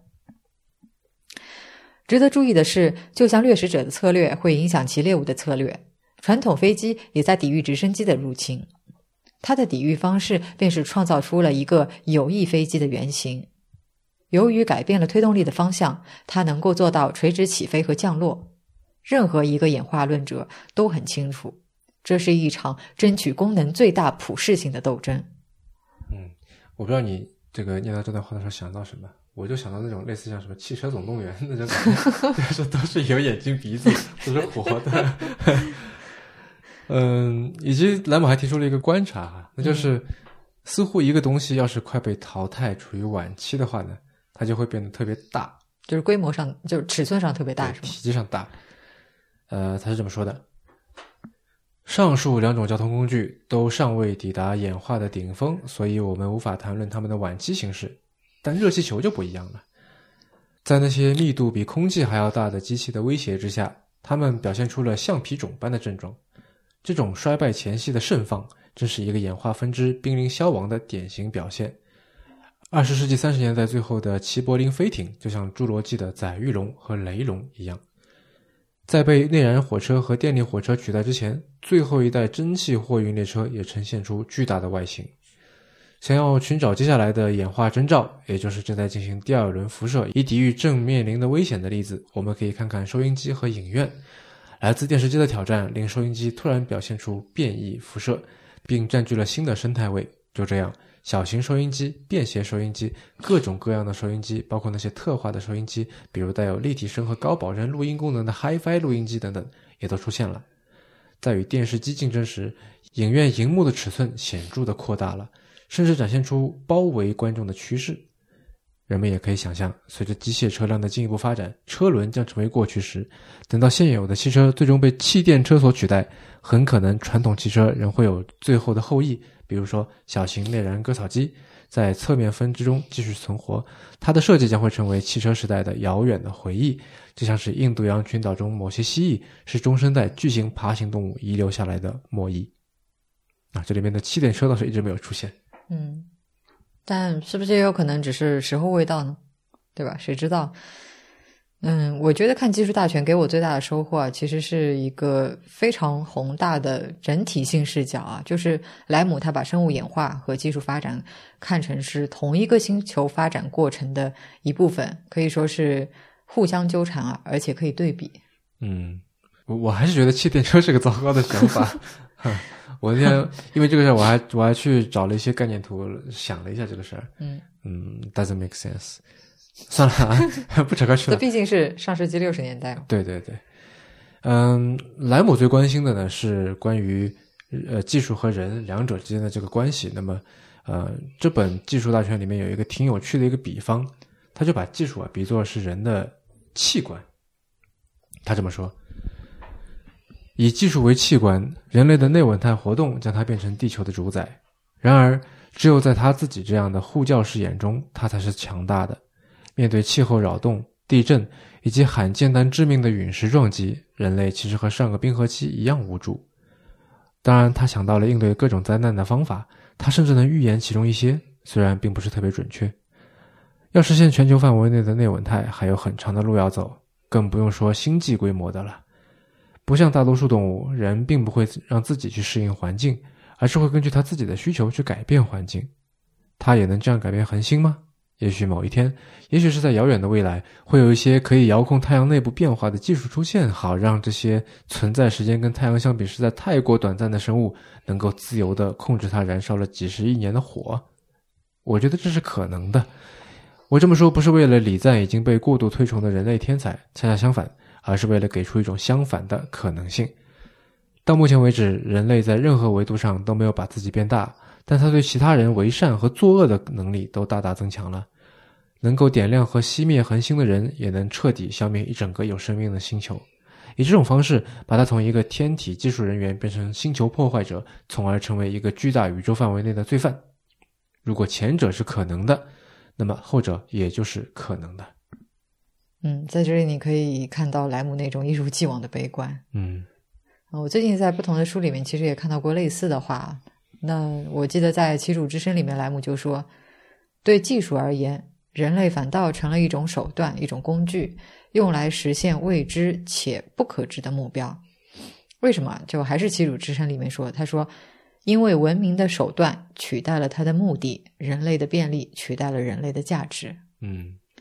值得注意的是，就像掠食者的策略会影响其猎物的策略，传统飞机也在抵御直升机的入侵。它的抵御方式便是创造出了一个有翼飞机的原型， 由于改变了推动力的方向，它能够做到垂直起飞和降落。任何一个演化论者都很清楚，这是一场争取功能最大普适性的斗争。 嗯，我不知道你这个念到这段话的时候想到什么，我就想到那种类似像什么汽车总动员那种感觉，就是都是有眼睛鼻子，都是活的。嗯，以及莱姆还提出了一个观察哈，那就是、嗯、似乎一个东西要是快被淘汰处于晚期的话呢，它就会变得特别大， 就是规模上就是尺寸上特别大，是吗？ 体积上大。呃，他是这么说的：上述两种交通工具都尚未抵达演化的顶峰，所以我们无法谈论它们的晚期形式。但热气球就不一样了，在那些密度比空气还要大的机器的威胁之下，它们表现出了橡皮种般的症状。这种衰败前夕的盛放，正是一个演化分支濒临消亡的典型表现。二十世纪三十年代最后的齐柏林飞艇，就像侏罗纪的载玉龙和雷龙一样。在被内燃火车和电力火车取代之前，最后一代蒸汽货运列车也呈现出巨大的外形。想要寻找接下来的演化征兆，也就是正在进行第二轮辐射以抵御正面临的危险的例子，我们可以看看收音机和影院。来自电视机的挑战令收音机突然表现出变异辐射，并占据了新的生态位。就这样，小型收音机、便携收音机、各种各样的收音机，包括那些特化的收音机，比如带有立体声和高保真录音功能的 Hi-Fi 录音机等等，也都出现了。在与电视机竞争时，影院荧幕的尺寸显著地扩大了，甚至展现出包围观众的趋势。人们也可以想象，随着机械车辆的进一步发展，车轮将成为过去时，等到现有的汽车最终被气电车所取代，很可能传统汽车仍会有最后的后裔，比如说小型内燃割草机，在侧面分支中继续存活，它的设计将会成为汽车时代的遥远的回忆，就像是印度洋群岛中某些蜥蜴是中生代巨型爬行动物遗留下来的末裔。啊，这里面的气电车倒是一直没有出现。 嗯，但是不是也有可能只是时候未到呢？对吧？谁知道？嗯，我觉得看技术大全给我最大的收获啊，其实是一个非常宏大的整体性视角啊，就是莱姆他把生物演化和技术发展看成是同一个星球发展过程的一部分，可以说是互相纠缠啊，而且可以对比。 嗯，我我还是觉得气电车是个糟糕的想法。我那天因为这个事儿，我还我还去找了一些概念图，想了一下这个事儿。嗯嗯 ，doesn't make sense。算了啊，不扯开去了。 这毕竟是上世纪六十年代嘛。 对对对，嗯，莱姆最关心的呢是关于呃技术和人两者之间的这个关系。那么，呃，这本技术大全里面有一个挺有趣的一个比方，他就把技术啊比作是人的器官。他这么说：以技术为器官，人类的内稳态活动将它变成地球的主宰。然而，只有在他自己这样的护教士眼中，他才是强大的。面对气候扰动、地震以及罕见但致命的陨石撞击，人类其实和上个冰河期一样无助。当然，他想到了应对各种灾难的方法，他甚至能预言其中一些，虽然并不是特别准确。要实现全球范围内的内稳态，还有很长的路要走，更不用说星际规模的了。不像大多数动物，人并不会让自己去适应环境，而是会根据他自己的需求去改变环境。他也能这样改变恒星吗？也许某一天，也许是在遥远的未来，会有一些可以遥控太阳内部变化的技术出现，好让这些存在时间跟太阳相比实在太过短暂的生物能够自由地控制它燃烧了几十亿年的火。我觉得这是可能的。我这么说不是为了礼赞已经被过度推崇的人类天才，恰恰相反，而是为了给出一种相反的可能性。到目前为止，人类在任何维度上都没有把自己变大，但他对其他人为善和作恶的能力都大大增强了。能够点亮和熄灭恒星的人，也能彻底消灭一整个有生命的星球。以这种方式，把他从一个天体技术人员变成星球破坏者，从而成为一个巨大宇宙范围内的罪犯。如果前者是可能的，那么后者也就是可能的。 嗯，在这里你可以看到莱姆那种一如既往的悲观。 嗯， 我最近在不同的书里面其实也看到过类似的话。那我记得在《旗主之声》里面，莱姆就说，对技术而言，人类反倒成了一种手段，一种工具，用来实现未知且不可知的目标。为什么？就还是《旗主之声》里面说，他说，因为文明的手段取代了它的目的，人类的便利取代了人类的价值。 嗯，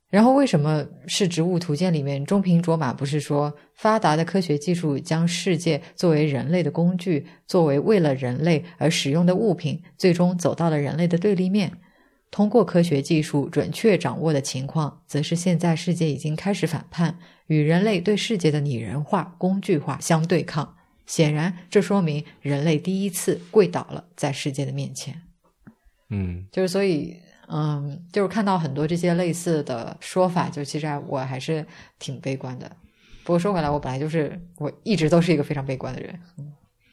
然后为什么是植物图鉴里面中平卓玛不是说发达的科学技术将世界作为人类的工具，作为为了人类而使用的物品，最终走到了人类的对立面？通过科学技术准确掌握的情况，则是现在世界已经开始反叛，与人类对世界的拟人化、工具化相对抗。显然这说明人类第一次跪倒了在世界的面前。 嗯， 就是所以嗯，就是看到很多这些类似的说法，就其实我还是挺悲观的。不过说回来，我本来就是我一直都是一个非常悲观的人。嗯，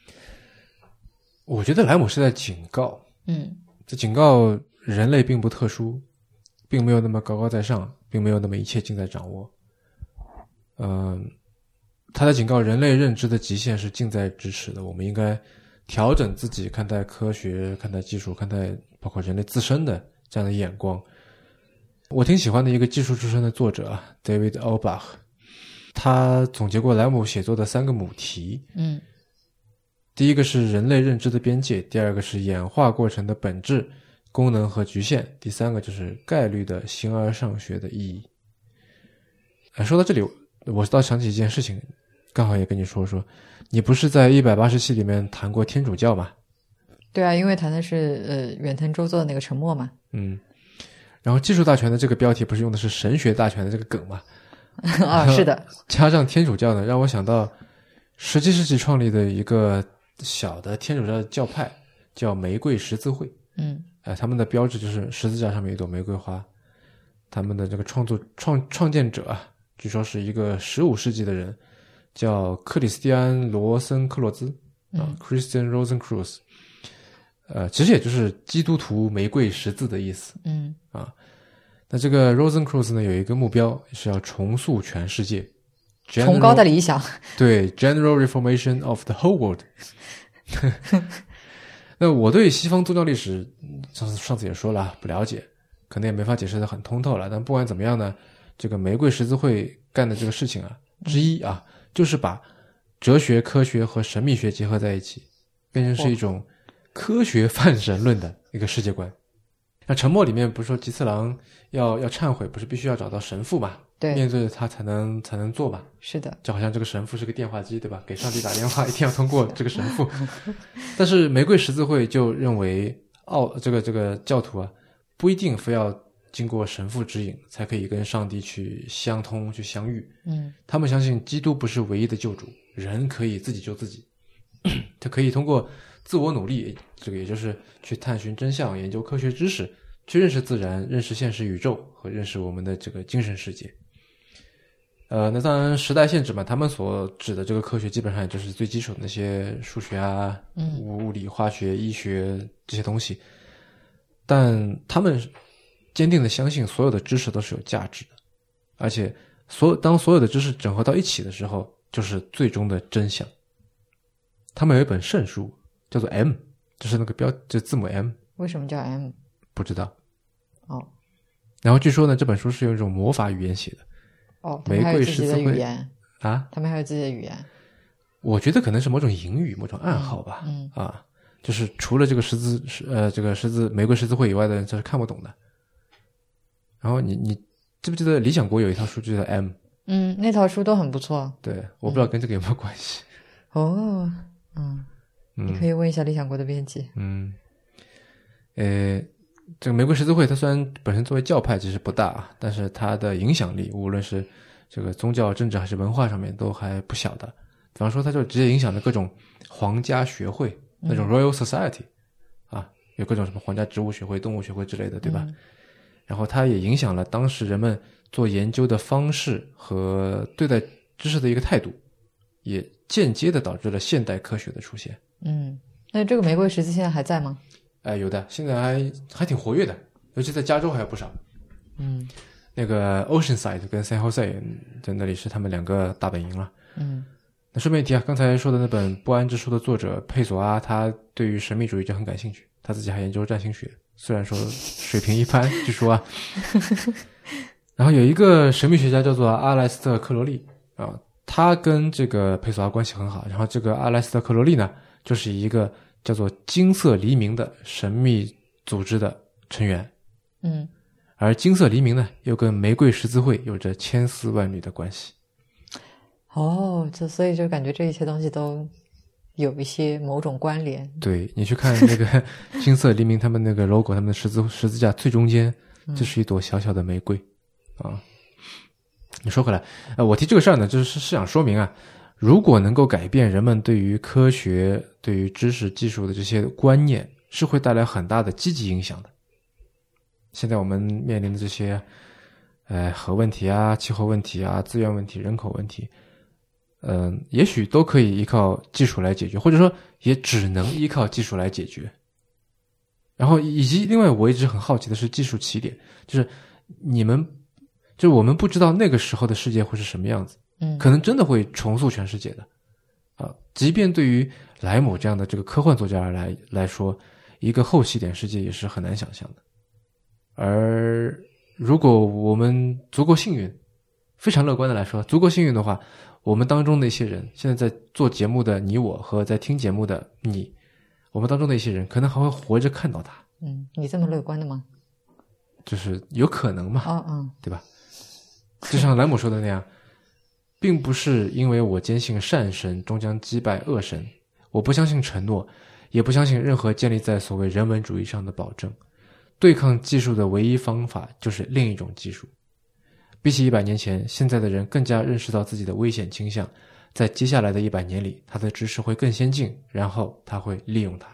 我觉得莱姆是在警告， 嗯， 这警告人类并不特殊，并没有那么高高在上，并没有那么一切尽在掌握。嗯，他在警告人类认知的极限是近在咫尺的，我们应该调整自己看待科学、看待技术、看待包括人类自身的这样的眼光。我挺喜欢的一个技术出身的作者 David Albach， 他总结过莱姆写作的三个母题。 嗯， 第一个是人类认知的边界，第二个是演化过程的本质、功能和局限，第三个就是概率的形而上学的意义。哎，说到这里，我倒想起一件事情，刚好也跟你说说。你不是在一百八十期里面谈过天主教吗？ 对啊，因为谈的是呃远藤周作的那个沉默嘛。 嗯，然后技术大全的这个标题不是用的是神学大全的这个梗吗？ 啊，是的。 加上天主教呢，让我想到十七世纪创立的一个小的天主教的教派，叫玫瑰十字会。 嗯， 哎，他们的标志就是十字架上面有一朵玫瑰花。他们的这个创作创创建者啊，据说是一个十五世纪的人，叫克里斯蒂安·罗森克洛兹啊、 嗯、 Christian Rosenkreuz， 呃，其实也就是基督徒玫瑰十字的意思。 嗯啊，那这个 Rosenkreuz 呢有一个目标是要重塑全世界， 崇高的理想。 对 ，General Reformation of the whole world 。那我对西方宗教历史上次上次也说了不了解，可能也没法解释得很通透了。但不管怎么样呢，这个玫瑰十字会干的这个事情啊，之一啊，就是把哲学、科学和神秘学结合在一起，变成是一种科学泛神论的一个世界观。那沉默里面不是说吉次郎要要忏悔，不是必须要找到神父嘛？ 对， 面对他才能才能做嘛。 是的， 就好像这个神父是个电话机，对吧？给上帝打电话一定要通过这个神父。但是玫瑰十字会就认为，奥这个这个教徒啊，不一定非要经过神父指引才可以跟上帝去相通、去相遇。 嗯， 他们相信基督不是唯一的救主，人可以自己救自己，他可以通过自我努力，这个也就是去探寻真相、研究科学知识，去认识自然、认识现实宇宙和认识我们的这个精神世界。呃，那当然时代限制嘛，他们所指的这个科学基本上也就是最基础的那些数学啊、 嗯、 物理、化学、医学这些东西，但他们坚定的相信所有的知识都是有价值的，而且所有当所有的知识整合到一起的时候，就是最终的真相。他们有一本圣书叫做 M， 就是那个标，就字母 M。 为什么叫 M？ 不知道。 哦。 然后据说呢，这本书是用一种魔法语言写的。 哦，他们还有自己的语言啊？ 他们还有自己的语言？ 我觉得可能是某种隐语、某种暗号吧。 嗯， 嗯啊，就是除了这个十字呃这个十字玫瑰十字会以外的人，这是看不懂的。然后你你记不记得理想国有一套书就叫 M？ 嗯，那套书都很不错。 对，我不知道跟这个有没有关系。 嗯、哦，嗯，你可以问一下理想国的编辑。 嗯，呃。这个玫瑰十字会它虽然本身作为教派其实不大，但是它的影响力无论是这个宗教、政治还是文化上面都还不小的。比方说它就直接影响了各种皇家学会，那种 Royal Society、嗯、啊，有各种什么皇家植物学会、动物学会之类的，对吧、嗯、然后它也影响了当时人们做研究的方式和对待知识的一个态度，也间接的导致了现代科学的出现。 嗯，那这个玫瑰十字现在还在吗？ 哎，有的，现在还还挺活跃的，尤其在加州还有不少。 嗯， 那个 Oceanside 跟 San Jose 在那里是他们两个大本营了。 嗯， 那顺便一提啊，刚才说的那本《不安之书》的作者佩索阿，他对于神秘主义就很感兴趣，他自己还研究占星学，虽然说水平一般，据说啊。然后有一个神秘学家叫做阿莱斯特·克罗利啊，他跟这个佩索阿关系很好。然后这个阿莱斯特·克罗利呢，就是一个叫做金色黎明的神秘组织的成员。 嗯， 而金色黎明呢，又跟玫瑰十字会有着千丝万缕的关系。 哦，这所以就感觉这一切东西都有一些某种关联。 对，你去看那个金色黎明他们那个 logo， 他们的十字十字架最中间，这是一朵小小的玫瑰、嗯、啊。你说回来，呃，我提这个事儿呢，就是是想说明啊，如果能够改变人们对于科学、对于知识技术的这些观念，是会带来很大的积极影响的。现在我们面临的这些，呃，核问题啊、气候问题啊、资源问题、人口问题，嗯、呃，也许都可以依靠技术来解决，或者说也只能依靠技术来解决。然后以及另外我一直很好奇的是技术起点，就是你们就是我们不知道那个时候的世界会是什么样子， 嗯， 可能真的会重塑全世界的啊！即便对于莱姆这样的这个科幻作家来来说，一个后起点世界也是很难想象的。而如果我们足够幸运，非常乐观的来说，足够幸运的话，我们当中的一些人，现在在做节目的你我和在听节目的你，我们当中的一些人可能还会活着看到它。 嗯，你这么乐观的吗？ 就是有可能嘛， 哦嗯， 对吧？就像莱姆说的那样，并不是因为我坚信善神终将击败恶神，我不相信承诺，也不相信任何建立在所谓人文主义上的保证。对抗技术的唯一方法就是另一种技术。比起一百年前，现在的人更加认识到自己的危险倾向，在接下来的一百年里，他的知识会更先进，然后他会利用它。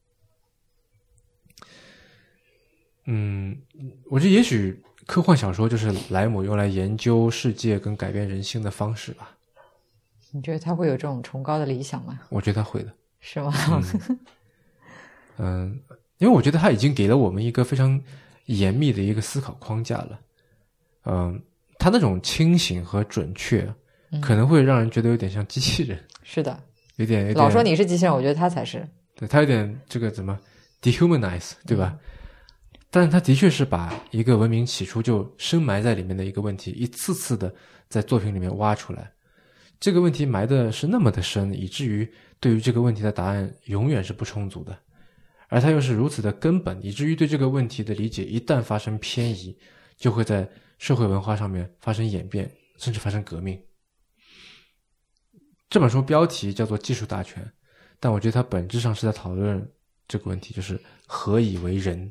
嗯，我觉得也许科幻小说就是莱姆用来研究世界跟改变人性的方式吧。 你觉得他会有这种崇高的理想吗？ 我觉得他会的。 是吗？ 嗯，嗯，因为我觉得他已经给了我们一个非常严密的一个思考框架了。嗯，他那种清醒和准确，可能会让人觉得有点像机器人。 是的， 有点有点老说你是机器人，我觉得他才是。 对，他有点这个怎么 dehumanize， 对吧？嗯，但是他的确是把一个文明起初就深埋在里面的一个问题，一次次的在作品里面挖出来。这个问题埋的是那么的深，以至于对于这个问题的答案永远是不充足的。而它又是如此的根本，以至于对这个问题的理解一旦发生偏移，就会在社会文化上面发生演变，甚至发生革命。这本书标题叫做《技术大全》，但我觉得它本质上是在讨论这个问题，就是何以为人。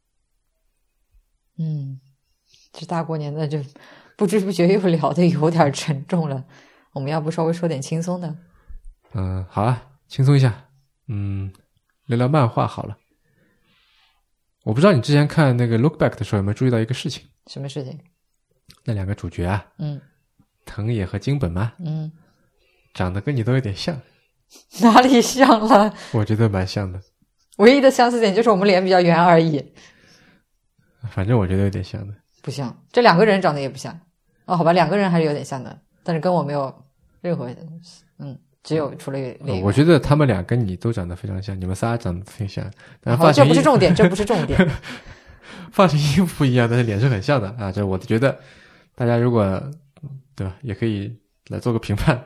嗯，这大过年的就不知不觉又聊得有点沉重了，我们要不稍微说点轻松的？ 嗯，好啊，轻松一下。嗯，聊聊漫画好了。我不知道你之前看那个 Look Back 的时候有没有注意到一个事情？ 什么事情？ 那两个主角啊， 嗯， 藤野和金本嘛， 嗯， 长得跟你都有点像。 哪里像了？ 我觉得蛮像的。 唯一的相似点就是我们脸比较圆而已。 反正我觉得有点像的。 不像，这两个人长得也不像。哦，好吧，两个人还是有点像的，但是跟我没有任何，嗯，只有除了那个。 我觉得他们俩跟你都长得非常像，你们仨长得挺像。但好，这不是重点，这不是重点。 发型衣服不一样，但是脸是很像的啊！这我觉得，大家如果对吧，也可以来做个评判。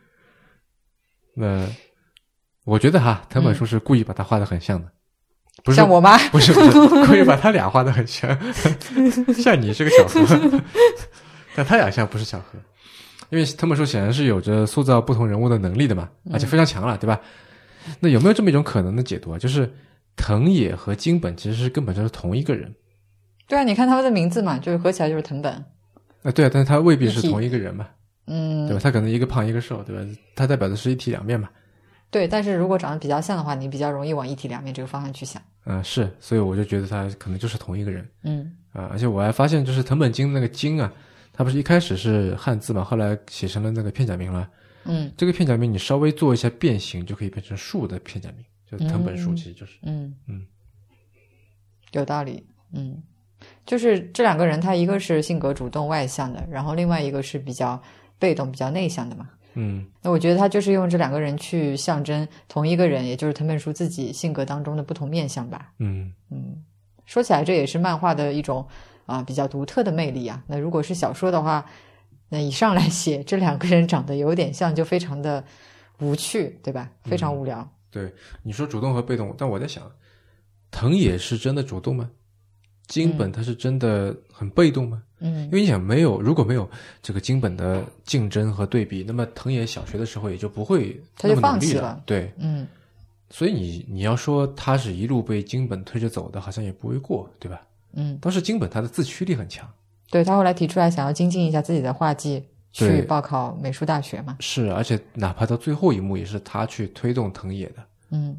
那我觉得哈，藤本树是故意把他画得很像的。不是像我吗？ 不是不是，故意把他俩画得很像，像你是个巧合，但他俩像不是巧合，因为藤本树显然是有着塑造不同人物的能力的嘛，而且非常强了，对吧？那有没有这么一种可能的解读啊？就是藤野和金本其实是根本就是同一个人。 对啊，你看他们的名字嘛，就是合起来就是藤本。 啊，对啊，但是他未必是同一个人嘛， 嗯， 对吧？他可能一个胖一个瘦，对吧？他代表的是一体两面嘛。 对，但是如果长得比较像的话，你比较容易往一体两面这个方向去想。 嗯、呃，是，所以我就觉得他可能就是同一个人。 嗯， 啊，而且我还发现，就是藤本金那个金啊，他不是一开始是汉字嘛，后来写成了那个片假名了。 嗯， 这个片假名你稍微做一下变形，就可以变成树的片假名，就藤本树，其实就是。 嗯嗯, 嗯， 有道理。嗯，就是这两个人，他一个是性格主动外向的，然后另外一个是比较被动、比较内向的嘛。 嗯， 那我觉得他就是用这两个人去象征同一个人，也就是藤本树自己性格当中的不同面相吧。 嗯嗯，说起来这也是漫画的一种啊、呃、比较独特的魅力啊。那如果是小说的话，那一上来写这两个人长得有点像，就非常的无趣，对吧？非常无聊。 嗯、对，你说主动和被动，但我在想，藤野是真的主动吗？ 金本它是真的很被动吗？ 嗯， 因为你想，没有如果没有这个金本的竞争和对比，那么藤野小学的时候也就不会他就那么努力放弃了。 对， 嗯， 所以你你要说他是一路被金本推着走的，好像也不为过，对吧？ 嗯， 当时金本他的自驱力很强， 对，他后来提出来想要精进一下自己的画技，去对报考美术大学嘛。 是，而且哪怕到最后一幕也是他去推动藤野的。 嗯，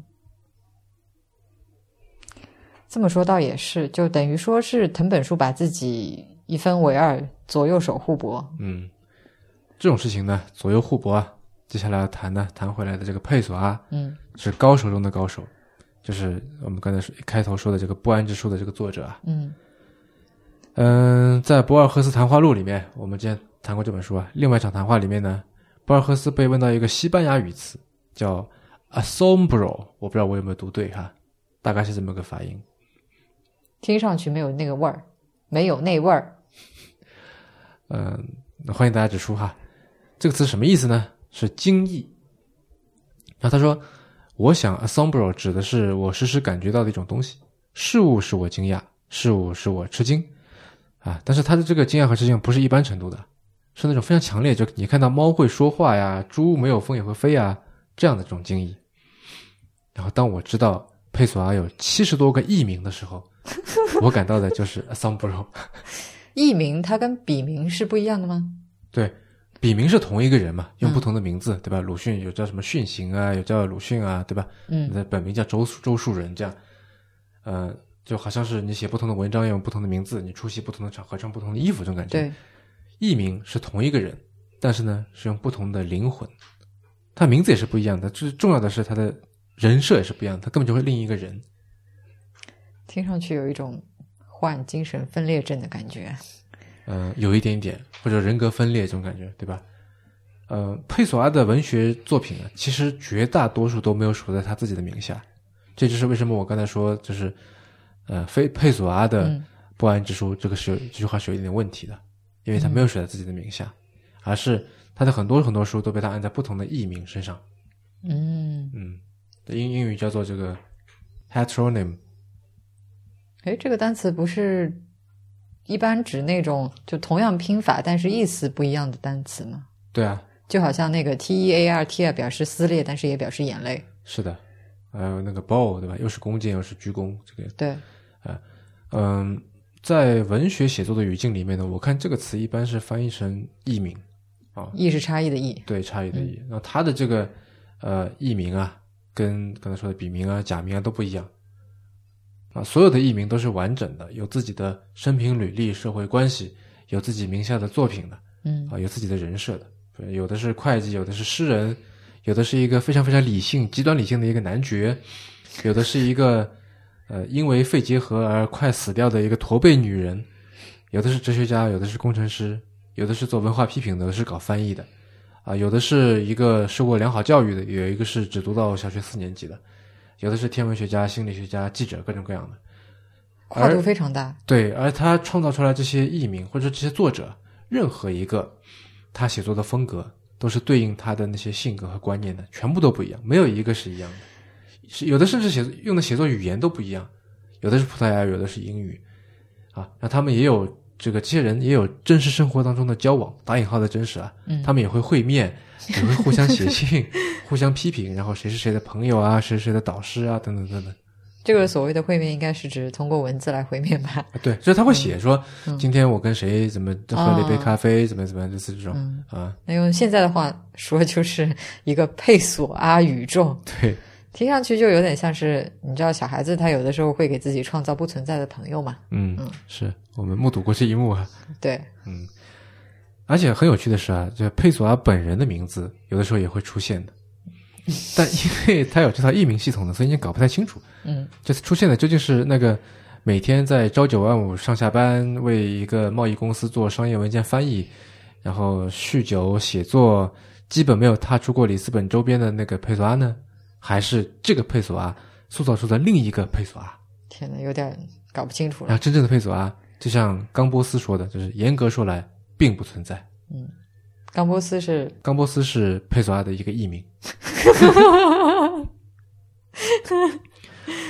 这么说倒也是，就等于说是藤本树把自己一分为二，左右手互搏。 嗯，这种事情呢，左右互搏啊。接下来要谈呢，谈回来的这个佩索阿， 嗯， 是高手中的高手，就是我们刚才说开头说的这个不安之书的这个作者啊。 嗯嗯，在博尔赫斯谈话录里面，我们之前谈过这本书啊。另外一场谈话里面呢，博尔赫斯被问到一个西班牙语词叫 asombro， 我不知道我有没有读对哈，大概是这么个发音。 听上去没有那个味儿，没有那味儿。 嗯，欢迎大家指出哈，这个词什么意思呢？是惊异。然后他说，我想 asombro 指的是我时时感觉到的一种东西，事物使我惊讶，事物使我吃惊啊。但是他的这个惊讶和吃惊不是一般程度的，是那种非常强烈，就你看到猫会说话呀，猪没有风也会飞啊，这样的这种惊异。然后当我知道佩索阿有七十多个艺名的时候，我感到的就是 asombro。 艺名它跟笔名是不一样的吗？ 对，笔名是同一个人嘛，用不同的名字、嗯、对吧？鲁迅有叫什么迅行啊，有叫鲁迅啊，对吧？ 嗯， 那本名叫周周树人，这样呃就好像是你写不同的文章用不同的名字，你出席不同的场合穿不同的衣服，这种感觉。 对， 艺名是同一个人，但是呢是用不同的灵魂，他名字也是不一样的，最重要的是他的人设也是不一样的，他根本就是另一个人。 听上去有一种患精神分裂症的感觉。 嗯、呃，有一点点，或者人格分裂这种感觉，对吧？呃，佩索阿的文学作品呢，其实绝大多数都没有署在他自己的名下，这就是为什么我刚才说，就是呃，非佩索阿的《不安之书》这个是有这句话是有一点问题的，因为他没有写在自己的名下，而是他的很多很多书都被他按在不同的译名身上。 嗯嗯，英英语叫做这个 heteronym。 诶，这个单词不是一般指那种就同样拼法但是意思不一样的单词吗？ 对啊， 就好像那个 T E A R T 啊，表示撕裂，但是也表示眼泪。 是的，还有那个 bow， 对吧？又是弓箭又是鞠躬，这个对， 啊，嗯，在文学写作的语境里面呢，我看这个词一般是翻译成译名啊， 译是差异的译， 对，差异的译。然后他的这个呃译名啊，跟刚才说的笔名啊、假名啊都不一样啊，所有的译名都是完整的，有自己的生平履历、社会关系，有自己名下的作品的， 嗯啊，有自己的人设的。有的是会计，有的是诗人，有的是一个非常非常理性、极端理性的一个男爵，有的是一个呃因为肺结核而快死掉的一个驼背女人，有的是哲学家，有的是工程师，有的是做文化批评的，有的是搞翻译的，啊，有的是一个受过良好教育的，有一个是只读到小学四年级的，有的是天文学家、心理学家、记者，各种各样的， 跨度非常大。 对，而他创造出来这些译名或者这些作者，任何一个他写作的风格都是对应他的那些性格和观念的，全部都不一样，没有一个是一样的。是有的甚至写用的写作语言都不一样，有的是葡萄牙语，有的是英语啊。那他们也有这个这些人也有真实生活当中的交往，打引号的真实啊， 嗯、 他们也会会面，也会互相写信互相批评，然后谁是谁的朋友啊，谁是谁的导师啊，等等等等。这个所谓的会面应该是指通过文字来会面吧？ 对，就是他会写说、 嗯、 今天我跟谁怎么喝了一杯咖啡、哦、怎么怎么样，就是这种、 嗯、 啊。 那用现在的话说就是一个佩索阿宇宙。 对， 听上去就有点像是你知道小孩子他有的时候会给自己创造不存在的朋友嘛。 嗯嗯，是我们目睹过这一幕啊。 对， 嗯，而且很有趣的是啊，这佩索阿本人的名字有的时候也会出现的。但因为他有这套译名系统的，所以你搞不太清楚。 嗯， 这次出现的究竟是那个每天在朝九晚五上下班为一个贸易公司做商业文件翻译，然后酗酒写作，基本没有踏出过里斯本周边的那个佩索阿呢，还是这个佩索阿塑造出的另一个佩索阿？ 天哪，有点搞不清楚了。 然后真正的佩索阿，就像冈波斯说的，就是严格说来并不存在。 嗯。冈波斯是冈波斯是佩索阿的一个艺名。然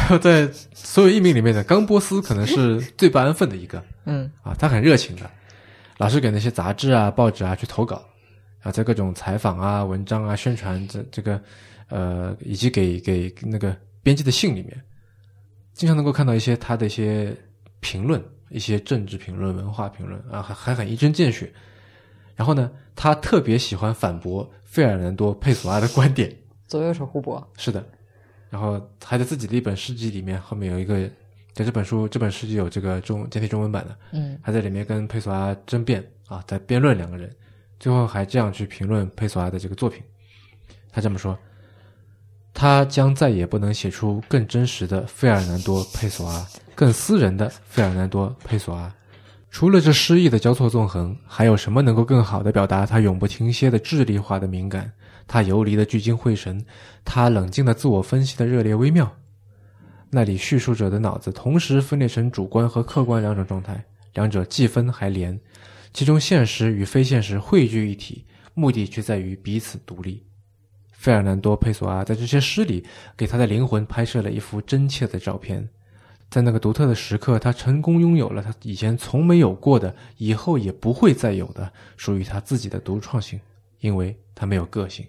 后在所有译名里面的冈波斯可能是最不安分的一个。 嗯啊，他很热情的，老是给那些杂志啊、报纸啊去投稿，啊，在各种采访啊、文章啊、宣传这这个呃，以及给给那个编辑的信里面，经常能够看到一些他的一些评论，一些政治评论、文化评论啊，还还很一针见血。然后呢，他特别喜欢反驳费尔南多·佩索阿的观点， 左右手互搏。 是的，然后还在自己的一本诗集里面，后面有一个，在这本书这本诗集有这个中简体中文版的， 嗯， 还在里面跟佩索阿争辩啊，在辩论两个人，最后还这样去评论佩索阿的这个作品。他这么说：他将再也不能写出更真实的费尔南多·佩索阿，更私人的费尔南多·佩索阿。除了这诗意的交错纵横，还有什么能够更好地表达他永不停歇的智力化的敏感，他游离的聚精会神，他冷静的自我分析的热烈微妙？那里叙述者的脑子同时分裂成主观和客观两种状态，两者既分还连，其中现实与非现实汇聚一体，目的却在于彼此独立。费尔南多·佩索阿在这些诗里给他的灵魂拍摄了一幅真切的照片，在那个独特的时刻，他成功拥有了他以前从没有过的，以后也不会再有的属于他自己的独创性，因为他没有个性。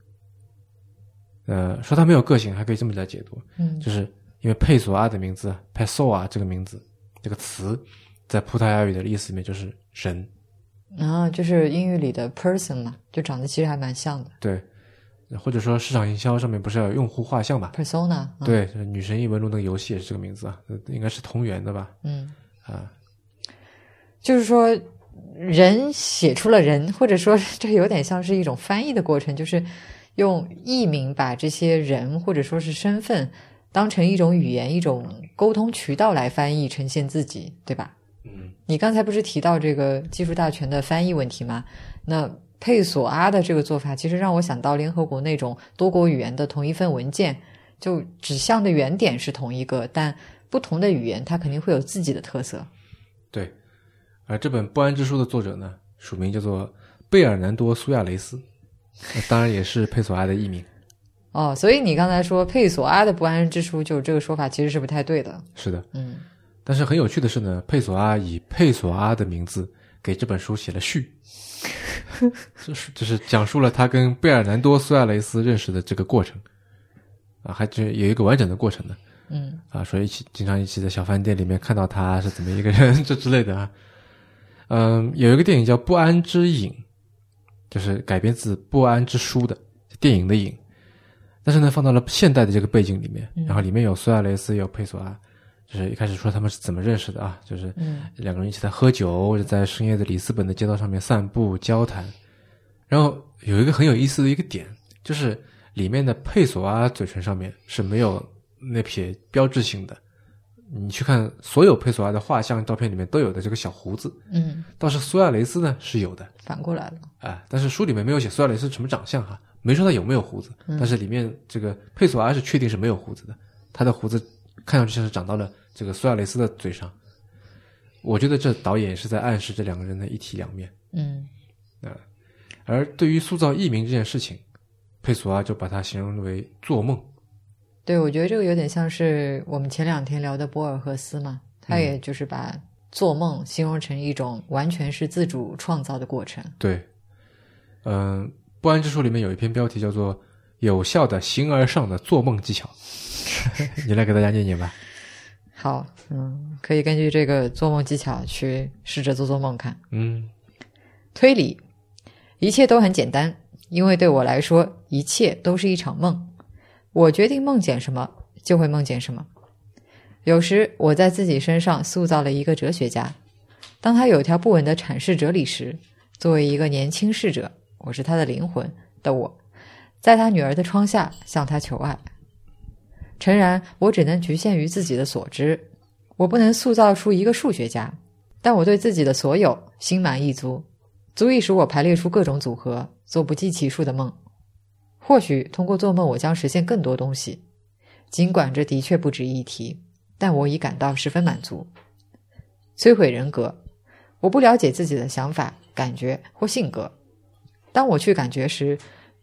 呃，说他没有个性还可以这么来解读， 嗯， 就是因为佩索阿的名字 Pessoa 这个名字这个词在葡萄牙语的意思里面就是人啊，就是英语里的 person 嘛，就长得其实还蛮像的。 对，或者说市场营销上面不是要有用户画像嘛 persona、嗯、 对，就是女神异闻录那个游戏也是这个名字啊，应该是同源的吧。 嗯啊， 就是说人写出了人，或者说这有点像是一种翻译的过程，就是用译名把这些人或者说是身份当成一种语言，一种沟通渠道来翻译呈现自己，对吧？ 嗯， 你刚才不是提到这个技术大全的翻译问题吗？那佩索阿的这个做法其实让我想到联合国那种多国语言的同一份文件，就指向的原点是同一个，但不同的语言它肯定会有自己的特色。 对，而这本不安之书的作者呢，署名叫做贝尔南多·苏亚雷斯，当然也是佩索阿的译名。 哦，所以你刚才说佩索阿的不安之书，就这个说法其实是不太对的。 是的， 嗯， 但是很有趣的是呢，佩索阿以佩索阿的名字给这本书写了序，就是就是讲述了他跟贝尔南多·苏亚雷斯认识的这个过程啊，还就有一个完整的过程的。 嗯啊，说一起经常一起在小饭店里面看到他是怎么一个人，这之类的啊。嗯，有一个电影叫《不安之影》，就是改编自《不安之书》的电影的影，但是呢放到了现代的这个背景里面，然后里面有苏亚雷斯，有佩索阿，就是一开始说他们是怎么认识的啊，就是两个人一起在喝酒，或者在深夜的里斯本的街道上面散步交谈。然后有一个很有意思的一个点，就是里面的佩索阿嘴唇上面是没有那撇标志性的，你去看所有佩索阿的画像照片里面都有的这个小胡子， 嗯， 倒是苏亚雷斯呢是有的， 反过来了。 哎，但是书里面没有写苏亚雷斯什么长相哈，没说他有没有胡子， 嗯、 但是里面这个佩索阿是确定是没有胡子的，他的胡子看上去像是长到了这个苏亚雷斯的嘴上。我觉得这导演也是在暗示这两个人的一体两面。 嗯， 啊，而对于塑造艺名这件事情，佩索阿就把它形容为做梦。 对，我觉得这个有点像是我们前两天聊的博尔赫斯嘛，他也就是把做梦形容成一种完全是自主创造的过程。 对，嗯、呃，不安之书里面有一篇标题叫做有效的形而上的做梦技巧。你来给大家念念吧。 好，嗯，可以根据这个做梦技巧去试着做做梦看。 嗯， 推理，一切都很简单，因为对我来说一切都是一场梦，我决定梦见什么就会梦见什么。有时我在自己身上塑造了一个哲学家，当他有条不紊地阐释哲理时，作为一个年轻逝者，我是他的灵魂的我，在他女儿的窗下向他求爱。诚然，我只能局限于自己的所知，我不能塑造出一个数学家，但我对自己的所有心满意足，足以使我排列出各种组合，做不计其数的梦。或许通过做梦我将实现更多东西，尽管这的确不值一提，但我已感到十分满足。摧毁人格，我不了解自己的想法、感觉或性格。当我去感觉时，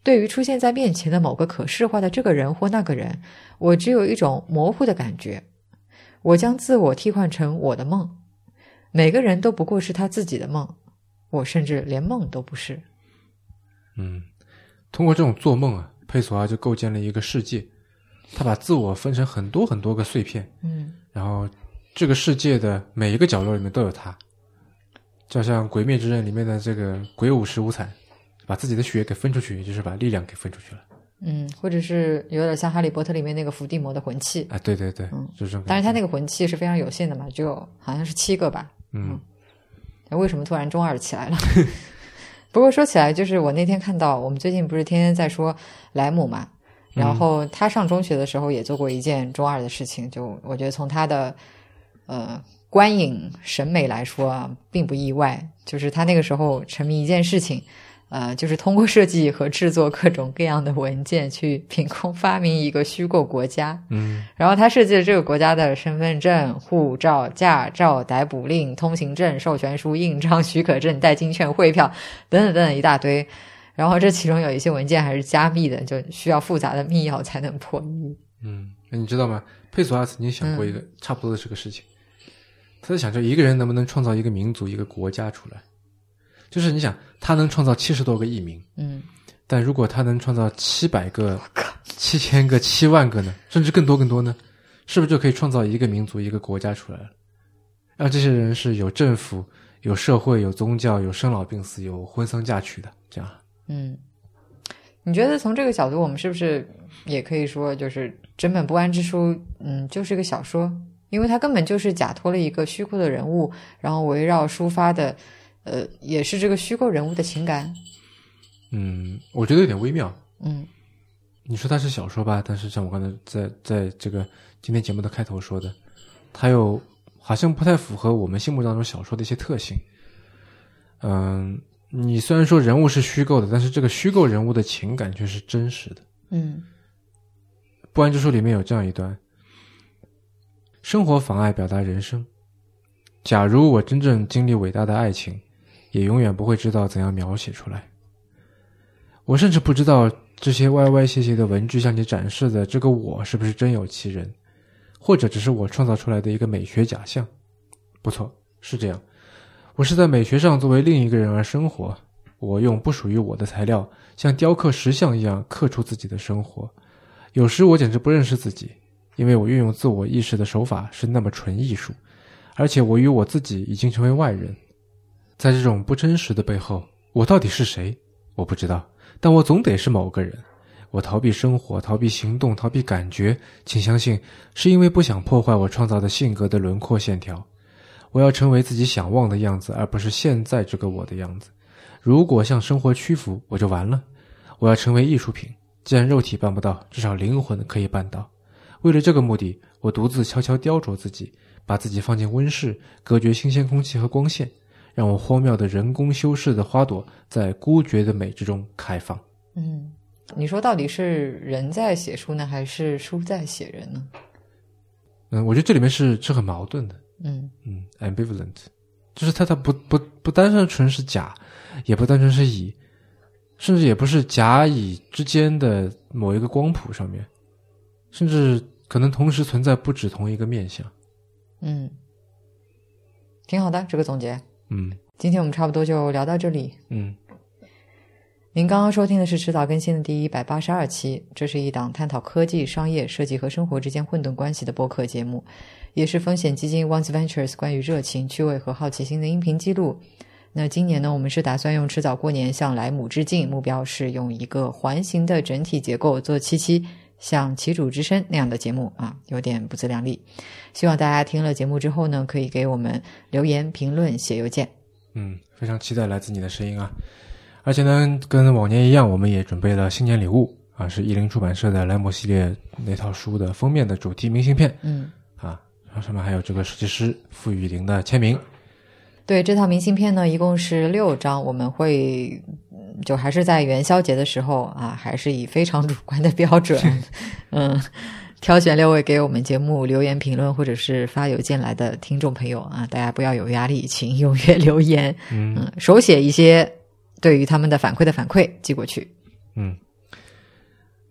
对于出现在面前的某个可视化的这个人或那个人，我只有一种模糊的感觉。我将自我替换成我的梦，每个人都不过是他自己的梦，我甚至连梦都不是。 嗯，通过这种做梦啊，佩索阿就构建了一个世界，他把自我分成很多很多个碎片， 嗯， 然后这个世界的每一个角落里面都有他，就像《鬼灭之刃》里面的这个鬼舞十五惨，把自己的血给分出去，也就是把力量给分出去了。 嗯，或者是有点像哈利波特里面那个伏地魔的魂器啊，对对对， 嗯， 就是这种。 但是他那个魂器是非常有限的嘛，只有好像是七个吧。 嗯， 嗯，为什么突然中二起来了？不过说起来，就是我那天看到，我们最近不是天天在说莱姆嘛，然后他上中学的时候也做过一件中二的事情，就我觉得从他的呃观影审美来说啊，并不意外，就是他那个时候沉迷一件事情。呃，就是通过设计和制作各种各样的文件去凭空发明一个虚构国家。 嗯， 然后他设计了这个国家的身份证、护照、驾照、逮捕令、通行证、授权书、印章、许可证、代金券、汇票等等等等一大堆。然后这其中有一些文件还是加密的，就需要复杂的密钥才能破译。 嗯，你知道吗？佩索阿曾经想过一个、嗯、差不多的这个事情，他在想着一个人能不能创造一个民族、一个国家出来。就是你想，他能创造七十多个艺名，嗯，但如果他能创造七百个、七千个、七万个呢，甚至更多更多呢，是不是就可以创造一个民族、一个国家出来了？让这些人是有政府、有社会、有宗教、有生老病死、有婚丧嫁娶的，这样。 嗯，你觉得从这个角度，我们是不是也可以说，就是真本不安之书，嗯，就是一个小说，因为它根本就是假托了一个虚构的人物，然后围绕抒发的。呃，也是这个虚构人物的情感。 嗯，我觉得有点微妙。 嗯， 你说它是小说吧，但是像我刚才在在这个今天节目的开头说的，它又好像不太符合我们心目当中小说的一些特性。嗯，你虽然说人物是虚构的，但是这个虚构人物的情感却是真实的。 嗯， 不安之书里面有这样一段：生活妨碍表达人生。假如我真正经历伟大的爱情，也永远不会知道怎样描写出来。我甚至不知道这些歪歪斜斜的文句向你展示的这个我是不是真有其人，或者只是我创造出来的一个美学假象。不错，是这样。我是在美学上作为另一个人而生活，我用不属于我的材料，像雕刻石像一样刻出自己的生活。有时我简直不认识自己，因为我运用自我意识的手法是那么纯艺术，而且我与我自己已经成为外人。在这种不真实的背后，我到底是谁？我不知道，但我总得是某个人。我逃避生活，逃避行动，逃避感觉，请相信，是因为不想破坏我创造的性格的轮廓线条。我要成为自己想望的样子，而不是现在这个我的样子。如果向生活屈服，我就完了。我要成为艺术品，既然肉体办不到，至少灵魂可以办到。为了这个目的，我独自悄悄雕琢自己，把自己放进温室，隔绝新鲜空气和光线，让我荒谬的人工修饰的花朵在孤绝的美之中开放。 嗯，你说到底是人在写书呢，还是书在写人呢？ 嗯，我觉得这里面是是很矛盾的。 嗯嗯 ，ambivalent， 就是它它不不不单纯是假，也不单纯是乙，甚至也不是甲乙之间的某一个光谱上面，甚至可能同时存在不止同一个面向。 嗯，挺好的这个总结。 嗯， 今天我们差不多就聊到这里。 嗯， 您刚刚收听的是迟早更新的第一百八十二期，这是一档探讨科技、商业、设计和生活之间混沌关系的播客节目，也是风险基金 Once Ventures 关于热情、趣味和好奇心的音频记录。那今年呢，我们是打算用迟早过年向莱姆致敬，目标是用一个环形的整体结构做七期像旗主之声那样的节目啊，有点不自量力。希望大家听了节目之后呢，可以给我们留言、评论、写邮件。 嗯，非常期待来自你的声音啊！而且呢，跟往年一样，我们也准备了新年礼物啊，是译林出版社的莱姆系列那套书的封面的主题明信片。 嗯， 啊，然后上面还有这个设计师傅雨林的签名。 对，这套明信片呢，一共是六张，我们会就还是在元宵节的时候啊，还是以非常主观的标准，嗯，挑选六位给我们节目留言评论或者是发邮件来的听众朋友啊，大家不要有压力，请踊跃留言， 嗯， 嗯手写一些对于他们的反馈的反馈寄过去。 嗯，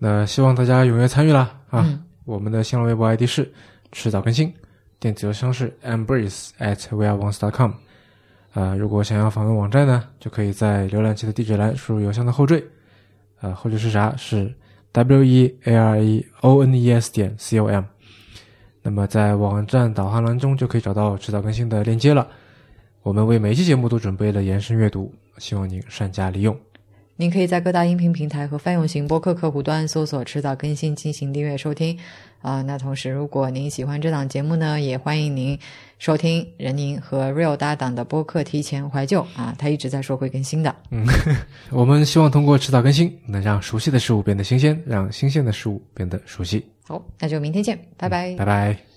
那希望大家踊跃参与啦啊！ 嗯、 我们的新浪微博 I D 是迟早更新，电子邮箱是 embrace at weareones dot com。啊，如果想要访问网站呢，就可以在浏览器的地址栏输入邮箱的后缀，啊，后缀是啥？是 w e a r e o n e s 点 c o m。那么在网站导航栏中就可以找到迟早更新的链接了。我们为每一期节目都准备了延伸阅读，希望您善加利用。 您可以在各大音频平台和泛用型播客客户端搜索迟早更新进行订阅收听啊、呃。那同时如果您喜欢这档节目呢，也欢迎您收听任宁和 Real 搭档的播客提前怀旧啊，他一直在说会更新的。 嗯，我们希望通过迟早更新能让熟悉的事物变得新鲜，让新鲜的事物变得熟悉。 好，那就明天见，拜拜、 嗯、拜拜。